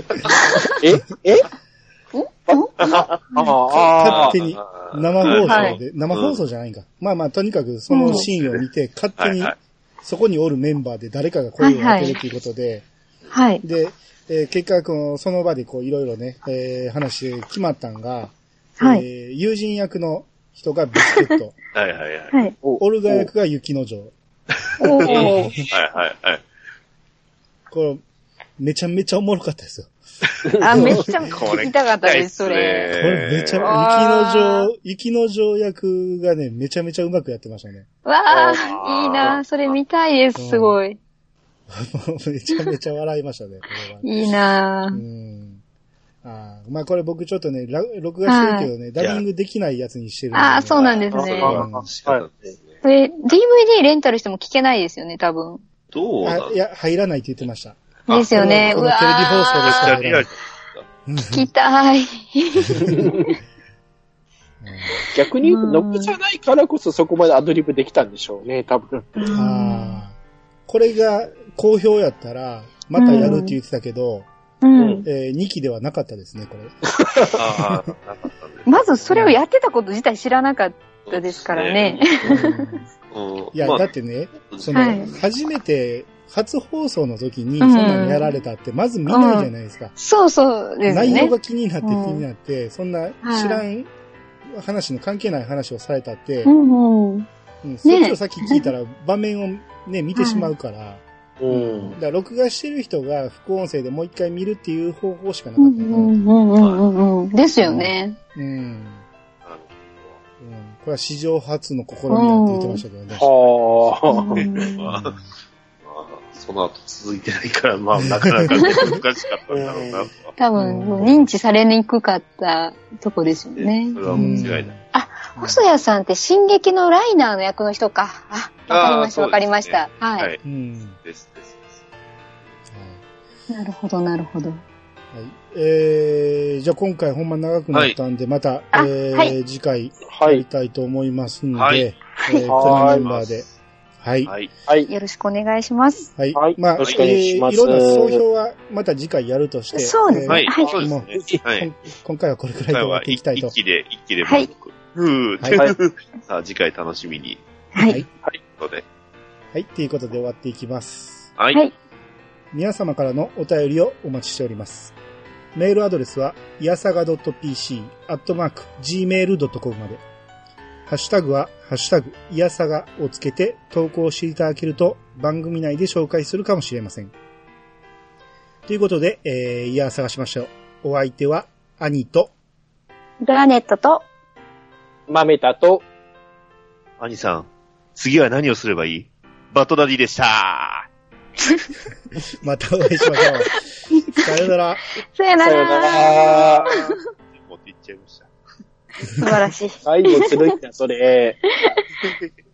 勝手に生放送じゃないんか。とにかくそのシーンを見て、勝手にそこにおるメンバーで誰かが声を当てるっていうことで、で、結果、その場でいろいろね、話決まったんが、友人役の人がビスケット。オルガ役が雪之丞。これ、めちゃめちゃおもろかったですよ。 めっちゃ聞きたかったです、それ。 これめちゃ、雪之丞役がね、めちゃめちゃうまくやってましたね。 わー、いいな、それ見たいです、すごい。 めちゃめちゃ笑いましたね、これは。 いいなぁ。これ僕ちょっとね、録画してるけどね、ダビングできないやつにしてるんで、 ね。そうなんですね。これ、DVD レンタルしても聞けないですよね、多分。 どういや、入らないって言ってました。 ですよね。 このテレビ放送でしか入らない。 聞きたい。 逆に言うと、残さないからこそそこまでアドリブできたんでしょうね、多分。 これが好評やったら、またやるって言ってたけど、2期ではなかったですね、これ。 まずそれをやってたこと自体知らなかったですからね。 いや、だってね、初めて、初放送の時にそんなのやられたって、まず見ないじゃないですか。 そうですね。 内容が気になって、そんな知らん話の関係ない話をされたって、そっちをさっき聞いたら場面をね、見てしまうから、だから録画してる人が副音声でもう一回見るっていう方法しかなかった。 ですよね。 これは史上初の試みだって言ってましたけどね。 はあ。その後続いてないから、まあ、なかなか難しかったんだろうな。 多分、認知されにくかったとこですよね。 それは間違いない。 あ、細谷さんって進撃のライナーの役の人か。あ、わかりました、わかりました。はい。 です。 なるほど、なるほど。はい。 じゃあ今回ほんま長くなったんで、また、次回やりたいと思いますんで、このメンバーで。はい。 よろしくお願いします。 はい。まあ、いろんな総評はまた次回やるとして。 そうですね。 そうですね。 今回はこれくらいで終わっていきたいと。 一気で満足。さあ、次回楽しみに。 はい。 はい。ということで終わっていきます。 はい。 皆様からのお便りをお待ちしております。メールアドレスは、いやさが .pc@gmail.com まで。ハッシュタグは、いやさがをつけて投稿していただけると番組内で紹介するかもしれません。ということで、いやさがしましょう。お相手は、兄と、 グラネットと、 マメタと、 兄さん、次は何をすればいい？バトダディでした。 またお会いしましょう。さよなら。 さよなら。 持っていっちゃいました。 素晴らしい。 最後ずるいな、それ。